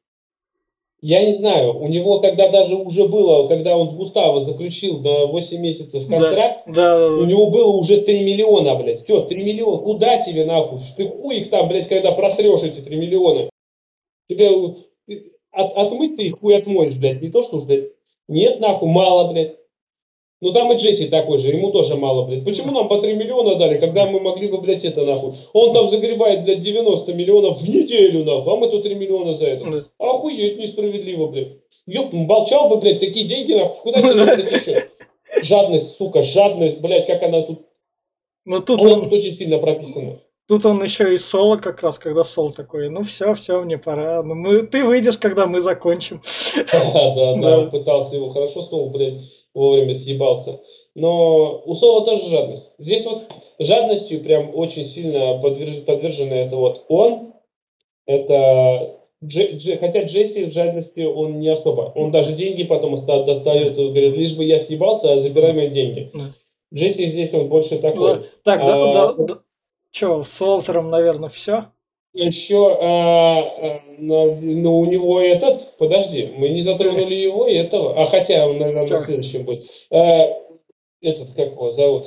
Я не знаю, у него, когда даже уже было, когда он с Густаво заключил на 8 месяцев контракт, у него было уже 3 миллиона, блядь. Все, 3 миллиона. Куда тебе, нахуй? Ты хуй их там, блядь, когда просрешь эти 3 миллиона. Тебе отмыть ты их хуй отмоешь, блядь. Не то, что уж, блядь. Нет, нахуй, мало, блядь. Ну там и Джесси такой же, ему тоже мало, блядь. Почему нам по 3 миллиона дали, когда мы могли бы, блядь, это нахуй? Он там загребает, блядь, 90 миллионов в неделю, нахуй, а мы тут 3 миллиона за это. Охуеть, несправедливо, блядь. Ёб, молчал бы, блядь, такие деньги, нахуй, куда тебе, блядь, еще? Жадность, сука, жадность, блядь, как она тут... тут тут очень сильно прописана. Тут он еще и соло как раз, когда Сол такой, все, мне пора. Ты выйдешь, когда мы закончим. Да, пытался его хорошо, Сол, блядь, вовремя съебался. Но у Соло тоже жадность. Здесь вот жадностью прям очень сильно подвержены это вот он, это... хотя Джесси в жадности он не особо. Он даже деньги потом достает, говорит, лишь бы я съебался, забирай мои деньги. Джесси здесь он больше такой. Че, с Уолтером, наверное, все? Еще, у него подожди, мы не затронули его и этого, хотя он, наверное, на следующем будет. Как его зовут?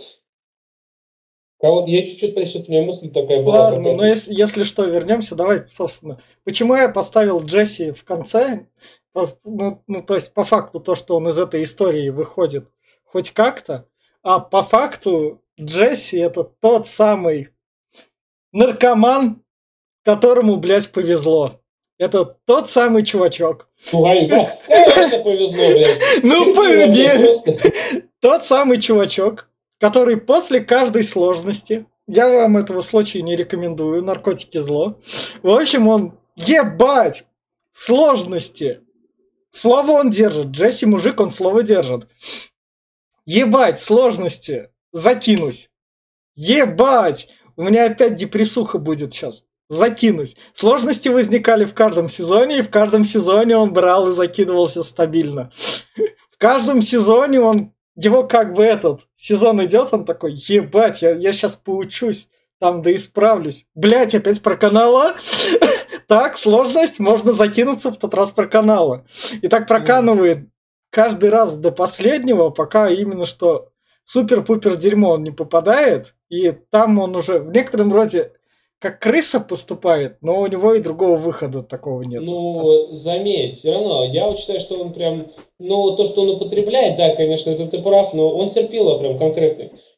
Я еще что-то сейчас у меня мысль такая была. Ладно, если что, вернемся, давай, собственно. Почему я поставил Джесси в конце? То есть, по факту, то, что он из этой истории выходит хоть как-то, а по факту Джесси это тот самый наркоман, которому, блядь, повезло. Это тот самый чувачок. Это повезло, блядь. Тот самый чувачок, который после каждой сложности, я вам этого случая не рекомендую, наркотики зло. В общем, он, ебать, сложности. Слово он держит. Джесси мужик, он слово держит. Ебать, сложности. Закинусь. Ебать, у меня опять депрессуха будет сейчас. Закинусь. Сложности возникали в каждом сезоне, и в каждом сезоне он брал и закидывался стабильно. В каждом сезоне его как бы сезон идет, он такой, ебать, я сейчас поучусь, там, да исправлюсь. Блять, опять про канала? Так, сложность, можно закинуться в тот раз про канала. И так проканывает каждый раз до последнего, пока именно что супер-пупер дерьмо он не попадает, и там он уже в некотором роде как крыса поступает, но у него и другого выхода такого нет. Заметь, все равно, я считаю, что он прям, то, что он употребляет, да, конечно, это ты прав, но он терпила прям конкретный.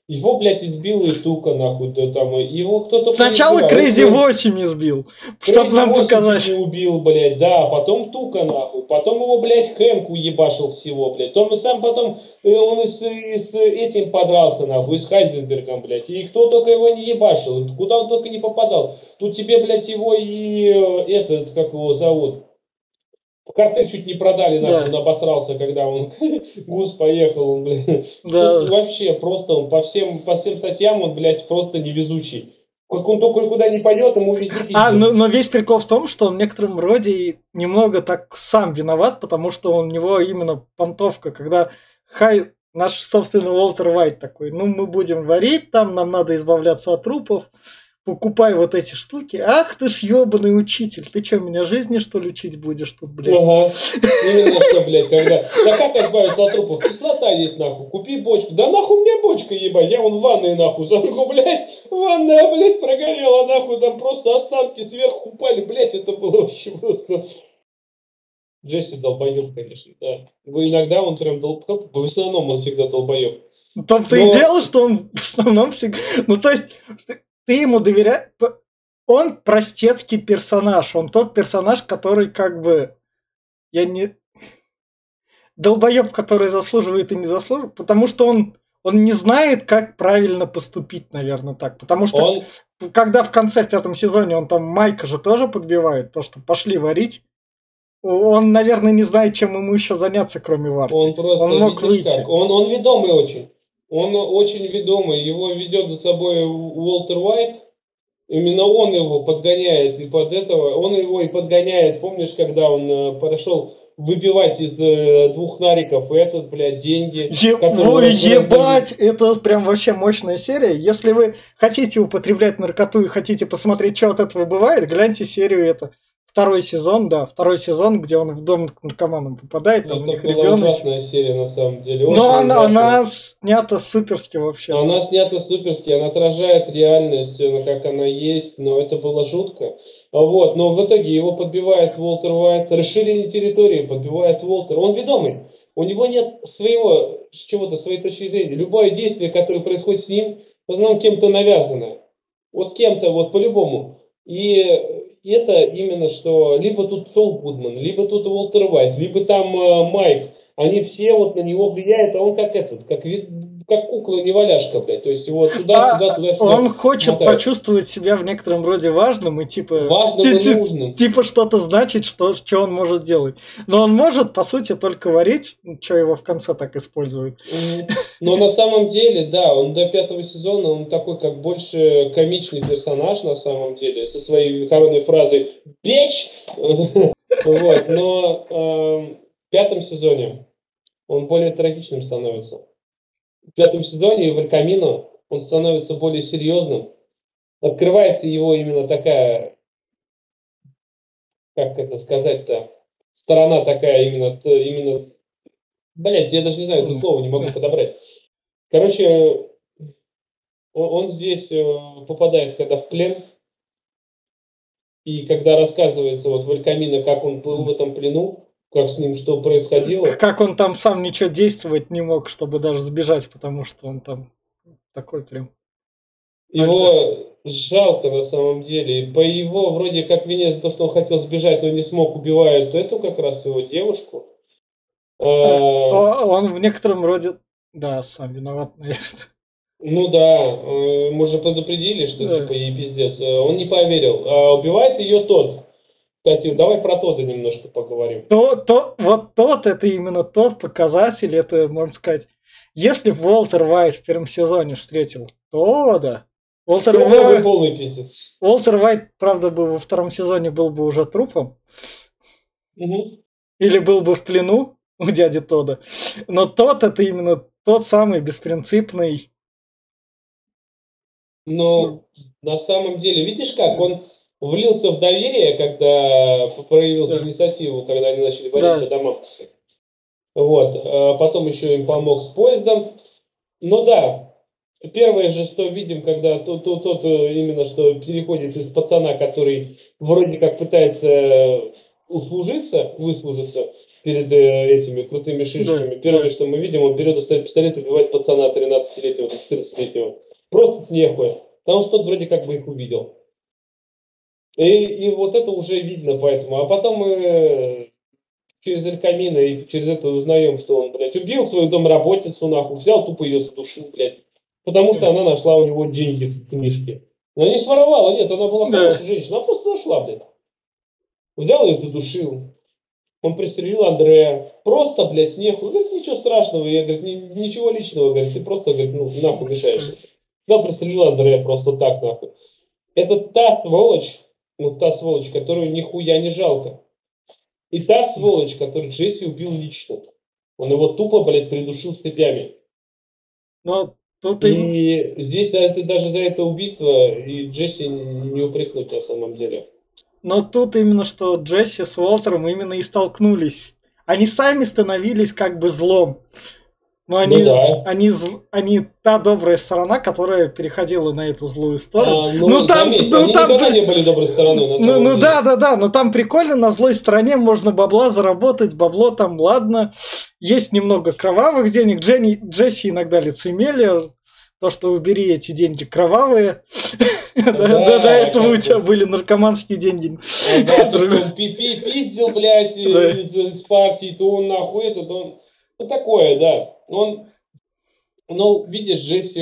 Его, блядь, избил и Тука, нахуй, да, там, его кто только не Сначала избивал. Крейзи 8 избил, чтобы Крейзи нам 8 показать. чуть не убил, блядь, да, потом Тука, нахуй, потом его, блядь, Хэнк уебашил всего, блядь, он сам потом, он и с этим подрался, нахуй, и с Хайзенбергом, блядь, и кто только его не ебашил, куда он только не попадал. Тут тебе, блядь, его и этот, как его зовут, картель чуть не продали, нахуй, он Да, обосрался, когда он гус поехал, он, блядь. Тут да. вообще просто он по всем статьям он, блядь, просто невезучий. Как он только куда не пойдет, ему везде пиздец. Но весь прикол в том, что он в некотором роде немного так сам виноват, потому что у него именно понтовка, когда наш собственный Уолтер Уайт такой, ну мы будем варить там, нам надо избавляться от трупов, покупай вот эти штуки. Ах ты ж ебаный учитель, ты что, меня жизни что ли учить будешь тут, блядь? Ага. Именно что, блядь, когда... Да как избавиться от трупов? Кислота есть, нахуй. Купи бочку. Да нахуй мне бочка, ебать. Я вон в ванной, нахуй, зажгу, блядь. Ванная, блядь, прогорела, нахуй. Там просто останки сверху упали. Блядь, это было вообще просто... Джесси долбоеб, конечно, да. Иногда он прям долбоеб. В основном он всегда долбоеб. В том-то и дело, что он в основном всегда... Ну, то есть, ты ему доверяешь... Он простецкий персонаж. Он тот персонаж, который как бы... Я не... Долбоеб, который заслуживает и не заслуживает, потому что он не знает, как правильно поступить, наверное, так. Потому что, когда в конце, в 5 сезоне, он там Майка же тоже подбивает, то, что пошли варить, он, наверное, не знает, чем ему еще заняться, кроме варки. Он просто, он мог видишь выйти. как, он ведомый очень. Он очень ведомый. Его ведет за собой Уолтер Уайт. Именно он его подгоняет, и под этого он его и подгоняет. Помнишь, когда он пошел выбивать из 2 нариков этот, блядь, деньги? Ебать, это прям вообще мощная серия. Если вы хотите употреблять наркоту и хотите посмотреть, что от этого бывает, гляньте серию это. 2 сезон, да, 2 сезон, где он в дом к наркоманам попадает, там у них была ребенок. ужасная серия, на самом деле. Но она снята суперски вообще. Она снята суперски, она отражает реальность, как она есть, но это было жутко. Вот, но в итоге его подбивает Уолтер Уайт, расширение территории подбивает Уолтер. Он ведомый, у него нет своего, чего-то, своей точки зрения. Любое действие, которое происходит с ним, в основном кем-то навязано. Вот кем-то, вот по-любому. И это именно что, либо тут Сол Гудман, либо тут Уолтер Уайт, либо там Майк. Они все вот на него влияют, а он как этот, как кукла-неваляшка, блядь. То есть его туда-сюда. Он хочет почувствовать себя в некотором роде важным и типа... Важным и нужным. Типа что-то значит, что он может делать. Но он может, по сути, только варить, что его в конце так используют. Но на самом деле, да, он до 5 сезона, он такой, как больше комичный персонаж, на самом деле, со своей коронной фразой «Бич!». Вот, но в 5 сезоне он более трагичным становится. В 5 сезоне в Эль Камино он становится более серьезным. Открывается его именно такая, как это сказать-то, сторона такая именно, блядь, я даже не знаю, это слово не могу подобрать. Короче, он здесь попадает когда в плен, и когда рассказывается вот в Эль Камино, как он был в этом плену, как с ним что происходило. Как он там сам ничего действовать не мог, чтобы даже сбежать, потому что он там такой прям... Его жалко на самом деле. По его вроде как вине за то, что он хотел сбежать, но не смог, убивают эту как раз его девушку. Он в некотором роде... Да, сам виноват, наверное. Ну да, мы же предупредили, что типа ей пиздец. Он не поверил. Убивает ее тот. Кстати, давай про Тодда немножко поговорим. Вот тот, это именно тот показатель, это, можно сказать, если бы Уолтер Уайт в 1 сезоне встретил Тодда, Уолтер Уайт, правда, бы во 2 сезоне был бы уже трупом. Или был бы в плену у дяди Тодда. Но тот, это именно тот самый беспринципный. Ну, на самом деле, видишь как, он влился в доверие, когда проявился инициативу, когда они начали варить по домам. Вот. Потом еще им помог с поездом. Ну да, первое же, что видим, когда тот именно что переходит из пацана, который вроде как пытается выслужиться, перед этими крутыми Да, шишками. Первое, да. что мы видим, он берет, достает пистолет и убивает пацана 13-летнего, 14-летнего. Просто с нехуя. Потому что тот вроде как бы их увидел. И вот это уже видно поэтому. А потом мы через Эль Камино и через это узнаем, что он, блядь, убил свою домработницу, нахуй, взял, тупо ее задушил, блядь. Потому что она нашла у него деньги в книжке. Но не своровала, нет, она была Да. хорошая женщина, она просто нашла, блядь. Взял ее, задушил. Он пристрелил Андрея. Просто, блядь, с нехуй. Говорит, ничего страшного. Я, говорит, ничего личного, говорит, ты просто, говорит, ну, нахуй мешаешься. Взял, пристрелил Андрея просто так, нахуй. Это та сволочь, ну, та сволочь, которую нихуя не жалко. И та сволочь, которую Джесси убил лично. Он его тупо, блядь, придушил цепями. Но тут им... И здесь да, это, даже за это убийство и Джесси не упрекнуть на самом деле. Но тут именно что Джесси с Уолтером именно и столкнулись. Они сами становились как бы злом. Но Ну да. они та добрая сторона, которая переходила на эту злую сторону. Ну, заметь, они никогда не были доброй стороной на самом деле. Да, но там прикольно, на злой стороне можно бабла заработать, бабло там, ладно. Есть немного кровавых денег. Джесси иногда лицемерие. То, что убери эти деньги кровавые. До этого у тебя были наркоманские деньги. Да, то, что он пиздил, блядь, из партии, то он нахуй это, то он... Ну, такое, да. Ну, видишь, Джесси,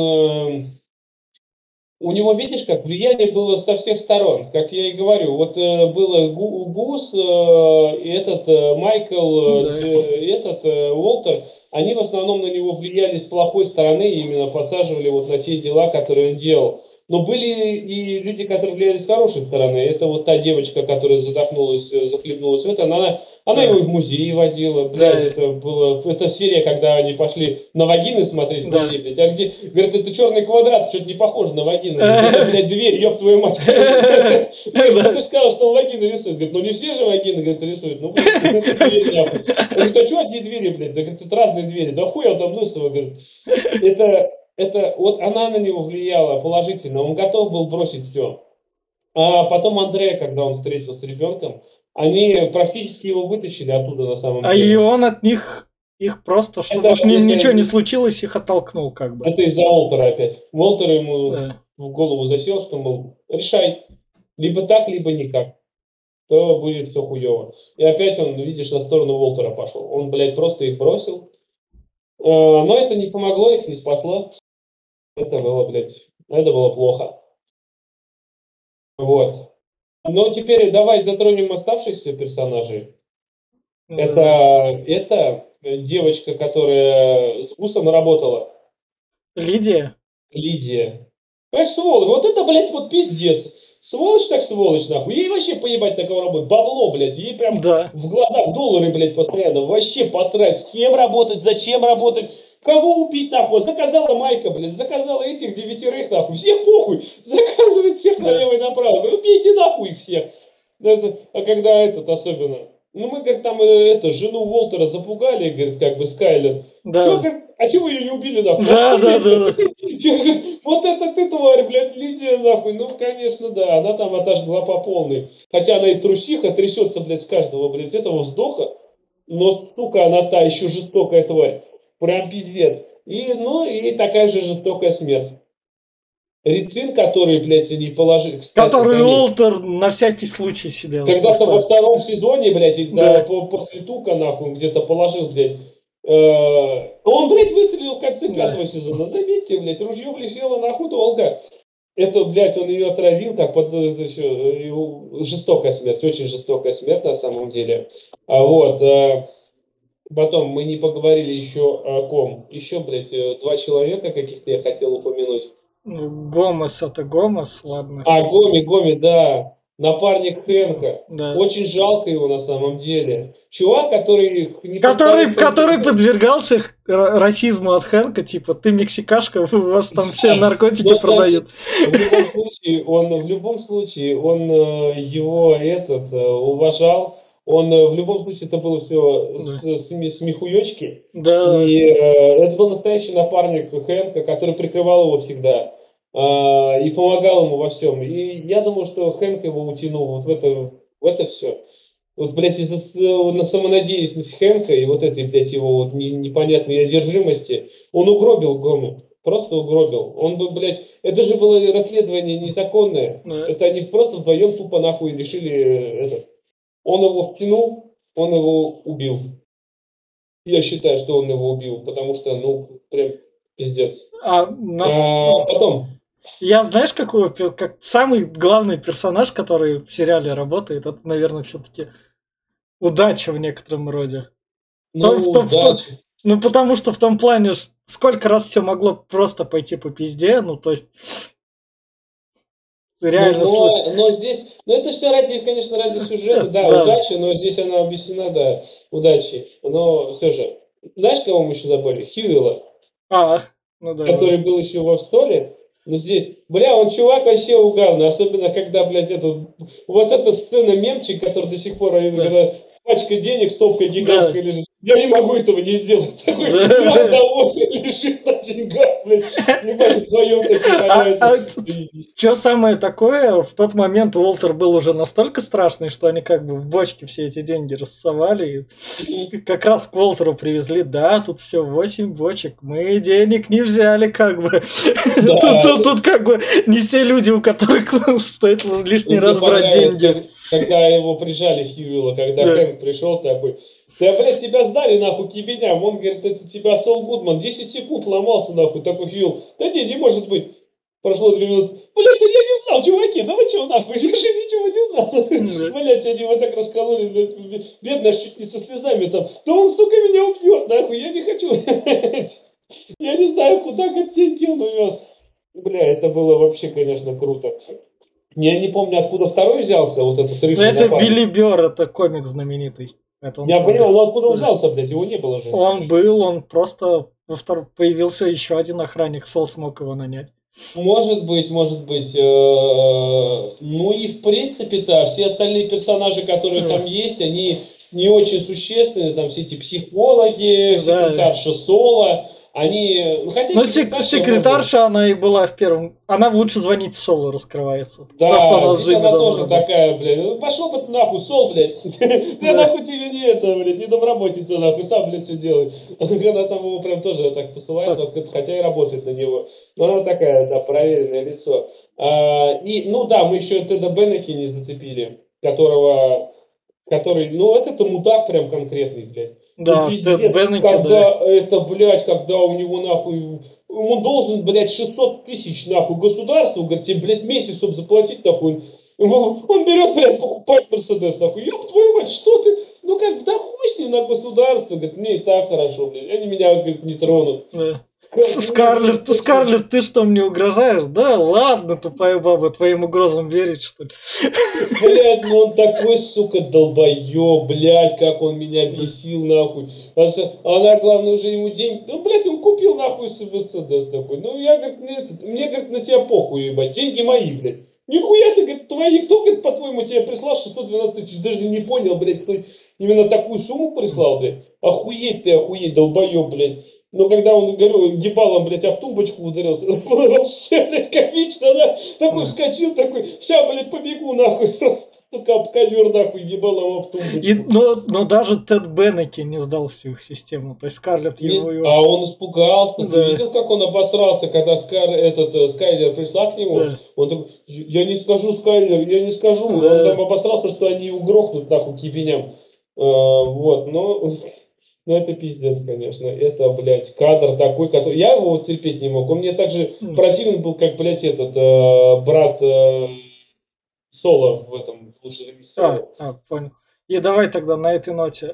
у него, видишь, как влияние было со всех сторон, как я и говорю. Вот было Гус, и этот Майкл, этот Уолтер, они в основном на него влияли с плохой стороны, именно подсаживали вот на те дела, которые он делал. Но были и люди, которые влияли с хорошей стороны. Это вот та девочка, которая задохнулась, захлебнулась в этом, она его в музей водила, блядь, это серия, когда они пошли на вагины смотреть в музей, блядь, а где, говорят, это черный квадрат, что-то не похоже на вагину, это, блядь, дверь, ёб твою мать. Ты же сказал, что он вагины рисует, говорит, ну не все же вагины, говорит, рисуют, ну, блядь, это дверь, нахуй. Он говорит, а что одни двери, блядь, да, говорит, это разные двери, да хуя там лысого, говорит, это вот она на него влияла положительно, он готов был бросить все. А потом Андрея, когда он встретился с ребенком, они практически его вытащили оттуда на самом деле. И он от них, их просто, чтобы с ним ничего не случилось, их оттолкнул как бы. Это из-за Уолтера опять. Уолтер ему в голову засел, что, мол, решай, либо так, либо никак. То будет все хуево. И опять он, видишь, на сторону Уолтера пошел. Он, блядь, просто их бросил. Но это не помогло, их не спасло. Это было, блядь, это было плохо. Вот. Ну, теперь давай затронем оставшихся персонажей. Это девочка, которая с Гусом работала. Лидия? Лидия. Понимаешь, сволочь. Вот это, блядь, вот пиздец. Сволочь так сволочь, нахуй. Ей вообще поебать на кого работать. Бабло, блядь. Ей прям в глазах доллары, блядь, постоянно. Вообще посрать. С кем работать, зачем работать. Кого убить, нахуй? Заказала Майка, блядь, заказала этих 9, нахуй. Всех похуй. Заказывает всех налево и направо. Убейте нахуй всех. А когда этот особенно... Ну, мы, говорит, там жену Уолтера запугали, говорит, как бы Скайлер. Да. Чё, говорит, а чего ее не убили, нахуй? Да. Вот это ты, тварь, блядь, Лидия, нахуй. Ну, конечно, да, она там отожгла по полной. Хотя она и трусиха, трясется, блядь, с каждого, блядь, этого вздоха. Но, сука, она та еще жестокая тварь. Прям пиздец. И такая же жестокая смерть. Рицин, который, блядь, не положили. Который Уолтер на всякий случай себе. Когда-то во втором сезоне, блядь, да. После Тука, нахуй, где-то положил, блядь. Он, блядь, выстрелил в конце 5-го сезона. Заметьте, блядь, ружье влетело нахуй долго. Это, блядь, он ее отравил, как под жестокая смерть, очень жестокая смерть на самом деле. Потом мы не поговорили еще о ком. Еще, блядь, 2 человека каких-то я хотел упомянуть. Гомес, это Гомес, ладно. Гоми, да. Напарник Хэнка. Да. Очень жалко его на самом деле. Чувак, который... Который подвергался расизму от Хэнка, типа, ты мексикашка, у вас там все наркотики продают. В любом случае, он его уважал. Он в любом случае, это было все смехуёчки. Да. И это был настоящий напарник Хэнка, который прикрывал его всегда. И помогал ему во всем. И я думаю, что Хэнк его утянул вот в это все. Вот, блядь, на самонадеянности Хэнка и вот этой, блядь, его вот непонятной одержимости, он угробил Гому. Просто угробил. Он бы, блядь, это же было расследование незаконное. Да. Это они просто вдвоем тупо нахуй решили это. Он его втянул, он его убил. Я считаю, что он его убил, потому что, ну, прям пиздец. Потом, Я знаешь, как самый главный персонаж, который в сериале работает, это, наверное, все-таки удача в некотором роде. удача. Ну, потому что в том плане, сколько раз все могло просто пойти по пизде, ну, то есть, реально... Но здесь, это все ради, конечно, ради сюжета, да, Да. удача, но здесь она объяснена, да, удачей. Но все же, знаешь, кого мы еще забыли? Хьюилла, Ну да. который был еще во Соле. Но здесь, бля, он чувак вообще угарный, особенно когда, блядь, вот эта сцена мемчик, который до сих пор, когда пачка денег, стопка гигантская лежит. Я не могу этого не сделать. Такой довольный лежит на деньгах, блядь. Ебать, вдвоем такие валяются. Что самое такое, в тот момент Уолтер был уже настолько страшный, что они как бы в бочке все эти деньги рассовали. И как раз к Уолтеру привезли, да, тут все 8 бочек, мы денег не взяли, как бы. Тут как бы не те люди, у которых стоит лишний раз брать деньги. Когда его прижали Хьюилла, когда Хэнк пришел такой, да, блядь, тебя сдали нахуй к ебеням. Он говорит, это тебя Сол Гудман. 10 секунд ломался нахуй. Такой Хьюилл, да не может быть. Прошло 2 минуты. Блядь, да я не знал, чуваки, да вы чего нахуй? Я же ничего не знал. Блядь, они его так раскололи. Бедный аж чуть не со слезами там. Да он, сука, меня убьет, нахуй. Я не хочу. Я не знаю, куда деньги он увез. Бля, это было вообще, конечно, круто. Я не помню, откуда второй взялся, вот этот рыжий Это напарник. Билли Бёрр, это комик знаменитый. Я понимаю, но откуда он взялся, блядь, его не было же. Он просто появился еще один охранник, Сол смог его нанять. Может быть. Ну и в принципе-то все остальные персонажи, которые там есть, они не очень существенны. Там все эти психологи, секретарша Сола. Они... Хотя секретарша, она и была в первом... Она лучше звонить Солу раскрывается. Да, здесь она тоже такая, блядь. Пошел бы ты нахуй, Сол, блядь. Я нахуй тебе не это, блядь, не домработница, нахуй, сам, блядь, все делает. Она там его прям тоже так посылает, хотя и работает на него. Но она такая, да, проверенное лицо. Ну да, мы еще Теда Беннеки не зацепили, который, ну, это мудак прям конкретный, блядь. Да, Тед Беннеки, когда у него нахуй, ему должен, блядь, 600 тысяч нахуй государству, говорит, тебе, блядь, месяц, чтобы заплатить, нахуй. Он берет, блядь, покупает Мерседес, нахуй. Ёб твою мать, что ты? Ну как, да хуй с ним на государство, говорит, мне и так хорошо, блядь, они меня, говорит, не тронут. Скарлетт, ты что, мне угрожаешь? Да, ладно, тупая баба, твоим угрозам верить, что ли? Блядь, ну он такой, сука, долбоёб, блядь, как он меня бесил, нахуй. Она, главное, уже ему деньги... Ну, блядь, он купил, нахуй, Мерседес такой. Ну, я, говорит, мне, говорит, на тебя похуй, ебать, деньги мои, блядь. Нихуя ты, говорит, твои, кто, говорит, по-твоему, тебе прислал 612 тысяч? Даже не понял, блядь, кто именно такую сумму прислал, блядь. Охуеть, долбоёб, блядь. Но когда он, говорю, ебалом, блядь, об тумбочку ударился, это было вообще, блядь, комично, да? Такой вскочил, такой, ща, блядь, побегу, нахуй, просто, сука, об ковер, нахуй, ебалом об тумбочку. Но даже Тед Беннеки не сдал всю их систему, то есть Скарлетт его... А он испугался, ты видел, как он обосрался, когда Скайлер пришла к нему? Он такой, я не скажу, Скайлер, я не скажу. Он там обосрался, что они его грохнут, нахуй, к ебеням. Вот, ну, это пиздец, конечно. Это, блядь, кадр такой, который... Я его вот терпеть не мог. Он мне так же противен был, как, блядь, этот брат Соло в этом лучше Соло. Понял. И давай тогда на этой ноте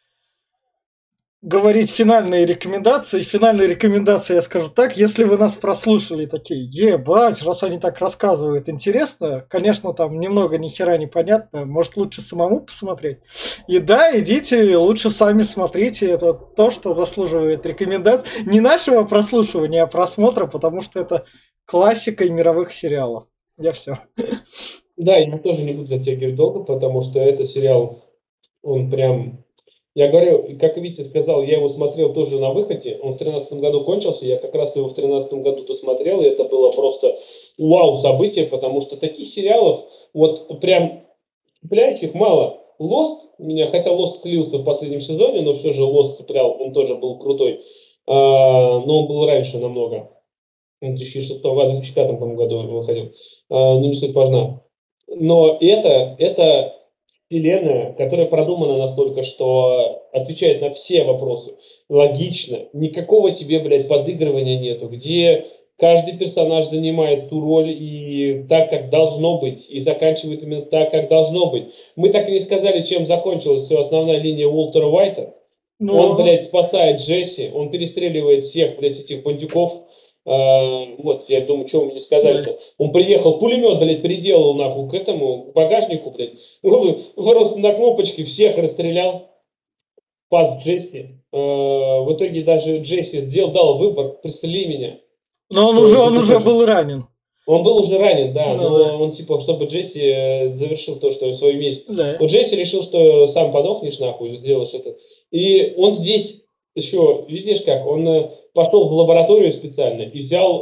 говорить финальные рекомендации. Финальные рекомендации я скажу так, если вы нас прослушали такие, ебать, раз они так рассказывают, интересно, конечно, там немного ни хера непонятно, может лучше самому посмотреть. И да, идите, лучше сами смотрите, это то, что заслуживает рекомендаций. Не нашего прослушивания, а просмотра, потому что это классика мировых сериалов. Я все. Да, я тоже не буду затягивать долго, потому что этот сериал, он прям... Я говорю, как Витя сказал, я его смотрел тоже на выходе. Он в 2013 году кончился, я как раз его в 2013 году-то смотрел, и это было просто вау событие, потому что таких сериалов вот прям цепляющих мало. Lost меня, хотя Lost слился в последнем сезоне, но все же Lost цеплял, он тоже был крутой. Но он был раньше намного. В 2005, по-моему, году выходил. Но не суть важна. Но это вселенная, которая продумана настолько, что отвечает на все вопросы. Логично. Никакого тебе, блядь, подыгрывания нету. Где каждый персонаж занимает ту роль и так, как должно быть. И заканчивает именно так, как должно быть. Мы так и не сказали, чем закончилась все основная линия Уолтера Уайта. Он, Ну, блядь, спасает Джесси, он перестреливает всех, блядь, этих бандюков. Вот, я думаю, что вы мне да. сказали-то. Он приехал, пулемет, блядь, приделал, нахуй, к этому, к багажнику, блядь. Просто на кнопочке всех расстрелял, спас Джесси. В итоге даже Джесси дал выбор, пристрели меня, Но что если он ты уже хочешь. был ранен. Он был уже ранен, да, Ну да. но он типа, чтобы Джесси завершил то, что свою месть. Да. Но Джесси решил, что сам подохнешь нахуй, сделаешь это. И он здесь еще, видишь как, он пошел в лабораторию специально и взял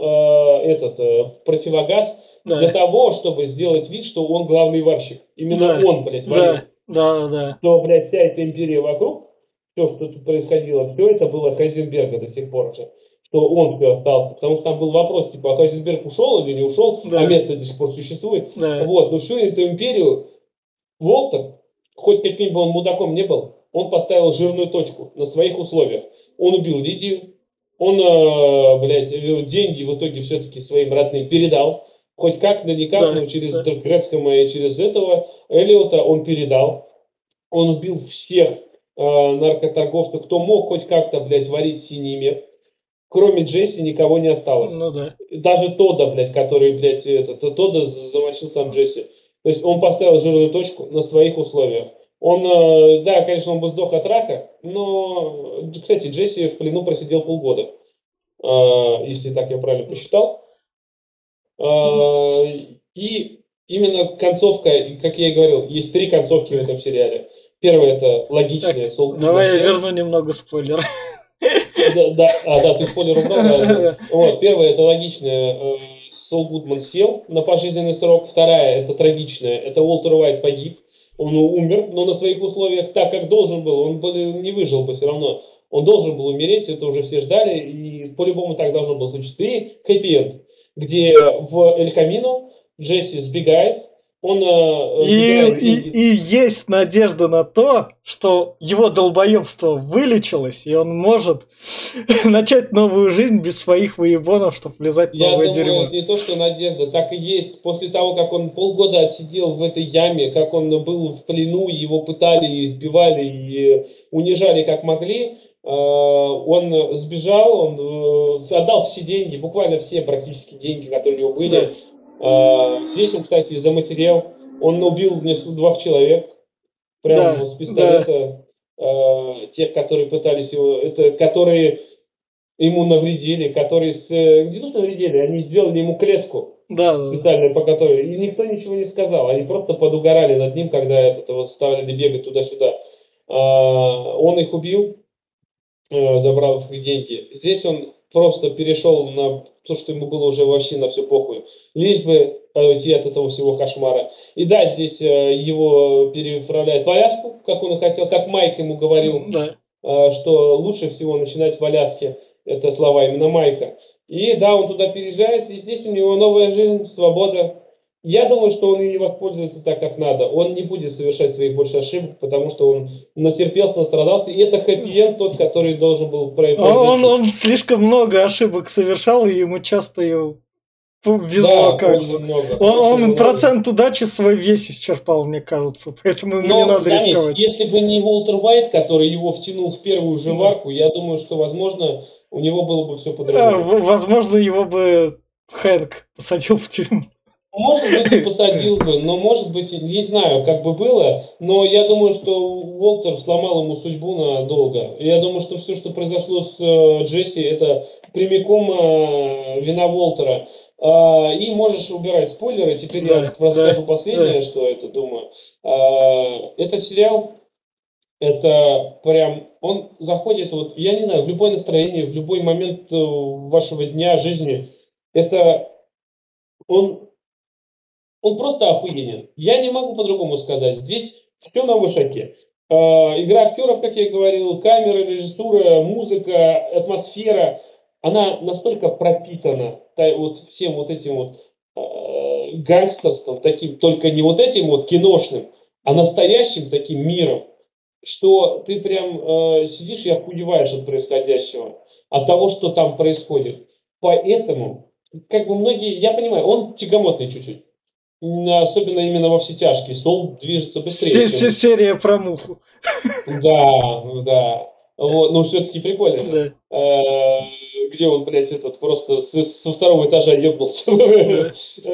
противогаз для Да. того, чтобы сделать вид, что он главный варщик. Именно Да. он, блядь, варил. Да. Да. Да. Что, блядь, вся эта империя вокруг, все, что тут происходило, все это было Хайзенберга до сих пор же. Что он все остался. Потому что там был вопрос, типа, а Хайзенберг ушел или не ушел, а Да. метод до сих пор существует. Да. Вот, но всю эту империю Волтер, хоть каким бы он мудаком не был, он поставил жирную точку на своих условиях. Он убил Лидию, он, блядь, деньги в итоге все-таки своим родным передал. Хоть как, да никак, Да. но через Да. Гретхема и через этого Эллиота он передал. Он убил всех наркоторговцев, кто мог хоть как-то, блядь, варить синий мед. Кроме Джесси никого не осталось. Ну да. Даже Тодда, блядь, который, блядь, Тодда замочил сам Джесси. То есть он поставил жирную точку на своих условиях. Он, да, конечно, он бы сдох от рака, но, кстати, Джесси в плену просидел полгода, если так я правильно посчитал. И именно концовка, как я и говорил, есть три концовки в этом сериале. Первая это Так, логичная, Сол Гудман давай я сел. верну немного спойлер. Да, ты спойлер убрал, да. Вот, первая это логичная, Сол Гудман сел на пожизненный срок. Вторая это трагичная, это Уолтер Уайт погиб. Он умер, но на своих условиях, так как должен был, он бы не выжил бы все равно. Он должен был умереть, это уже все ждали, и по-любому так должно было случиться. И хэппи-энд, где в Эль Камино Джесси сбегает, он забирает деньги. И есть надежда на то, что его долбоебство вылечилось, и он может начать новую жизнь без своих выебонов, чтобы влезать в Я новое думаю, дерьмо. это не то, что надежда, так и есть. После того, как он полгода отсидел в этой яме, как он был в плену, его пытали, и избивали и унижали как могли, он сбежал, он отдал все деньги, буквально все практически деньги, которые у него Да, были. Здесь он, кстати, заматерел, он убил двух человек, прямо да, с да, пистолета, тех, которые пытались его, это которые ему навредили, которые не то что навредили, они сделали ему клетку да, да, специальную, по которой, и никто ничего не сказал, они просто подугорали над ним, когда его заставляли бегать туда-сюда. Он их убил, забрал их деньги. Здесь он просто перешел на то, что ему было уже вообще на все похуй, лишь бы уйти от этого всего кошмара. И да, здесь его переправляют в Аляску, как он и хотел, как Майк ему говорил, да. что лучше всего начинать в Аляске. Это слова именно Майка. И да, он туда переезжает, и здесь у него новая жизнь, свобода. Я думаю, что он и не воспользуется так, как надо. Он не будет совершать своих больше ошибок, потому что он натерпелся, настрадался. И это хэппи-энд тот, который должен был произойти. Он слишком много ошибок совершал, и ему часто его везло Да, как очень бы. много, очень Он много. процент удачи свой весь исчерпал, мне кажется, поэтому ему не Но надо заметь, рисковать. если бы не Уолтер Уайт, который его втянул в первую же Да. варку, я думаю, что, возможно, у него было бы все по-другому. Возможно, его бы Хэнк посадил в тюрьму. Может быть, и посадил бы, но может быть, не знаю, как бы было, но я думаю, что Уолтер сломал ему судьбу надолго. Я думаю, что все, что произошло с Джесси, это прямиком вина Уолтера. И можешь убирать спойлеры. Теперь я Да, да, расскажу да. последнее, что это думаю. Этот сериал, это прям, он заходит, вот, я не знаю, в любое настроение, в любой момент вашего дня, жизни. Это он он просто охуенен. Я не могу по-другому сказать. Здесь все на вышаке. Игра актеров, как я и говорил, камера, режиссура, музыка, атмосфера, она настолько пропитана вот всем вот этим вот гангстерством, таким, только не вот этим вот киношным, а настоящим таким миром, что ты прям сидишь и охуеваешь от происходящего, от того, что там происходит. Поэтому, как бы многие, я понимаю, он тягомотный чуть-чуть. Особенно именно во все тяжкие. Сол движется быстрее, чем... Серия про муху. Да, да. Вот, но все-таки прикольно же. Да, Где он, блядь, этот просто со второго этажа ебнулся. да.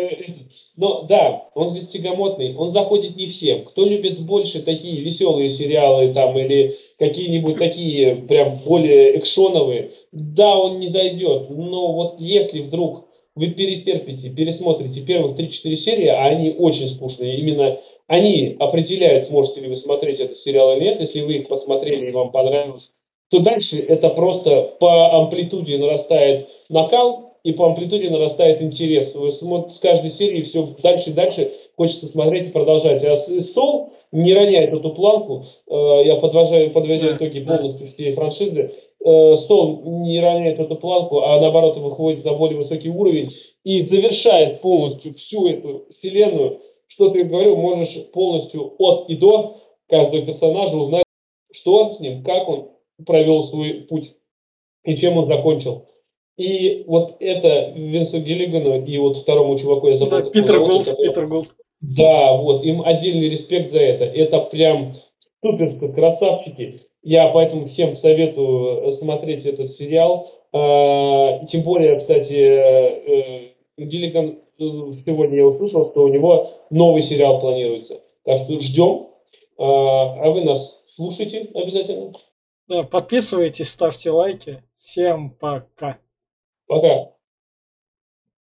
Но да, он здесь тягомотный, он заходит не всем. Кто любит больше такие веселые сериалы там или какие-нибудь такие прям более экшоновые, да, он не зайдет. Но вот если вдруг вы перетерпите, пересмотрите первых 3-4 серии, а они очень скучные, именно они определяют, сможете ли вы смотреть этот сериал или нет. Если вы их посмотрели и вам понравилось, то дальше это просто по амплитуде нарастает накал и по амплитуде нарастает интерес. Вы смотрите с каждой серии все дальше и дальше хочется смотреть и продолжать. А Сол не роняет эту планку. Я подвожу Да, итоги да. полностью всей франшизы. Сол не роняет эту планку, а наоборот выходит на более высокий уровень и завершает полностью всю эту вселенную. Что ты говорил, можешь полностью от и до каждого персонажа узнать, что с ним, как он провел свой путь и чем он закончил. И вот это Винсу Гиллигану и вот второму чуваку, я забыл, Да, как его Питер зовут, у Голд, которого... Питер Голд. Да, вот, им отдельный респект за это. Это прям суперско красавчики. Я поэтому всем советую смотреть этот сериал. Тем более, кстати, Гиллиган, сегодня я услышал, что у него новый сериал планируется. Так что ждем. А вы нас слушайте обязательно. Да, подписывайтесь, ставьте лайки. Всем пока. Пока.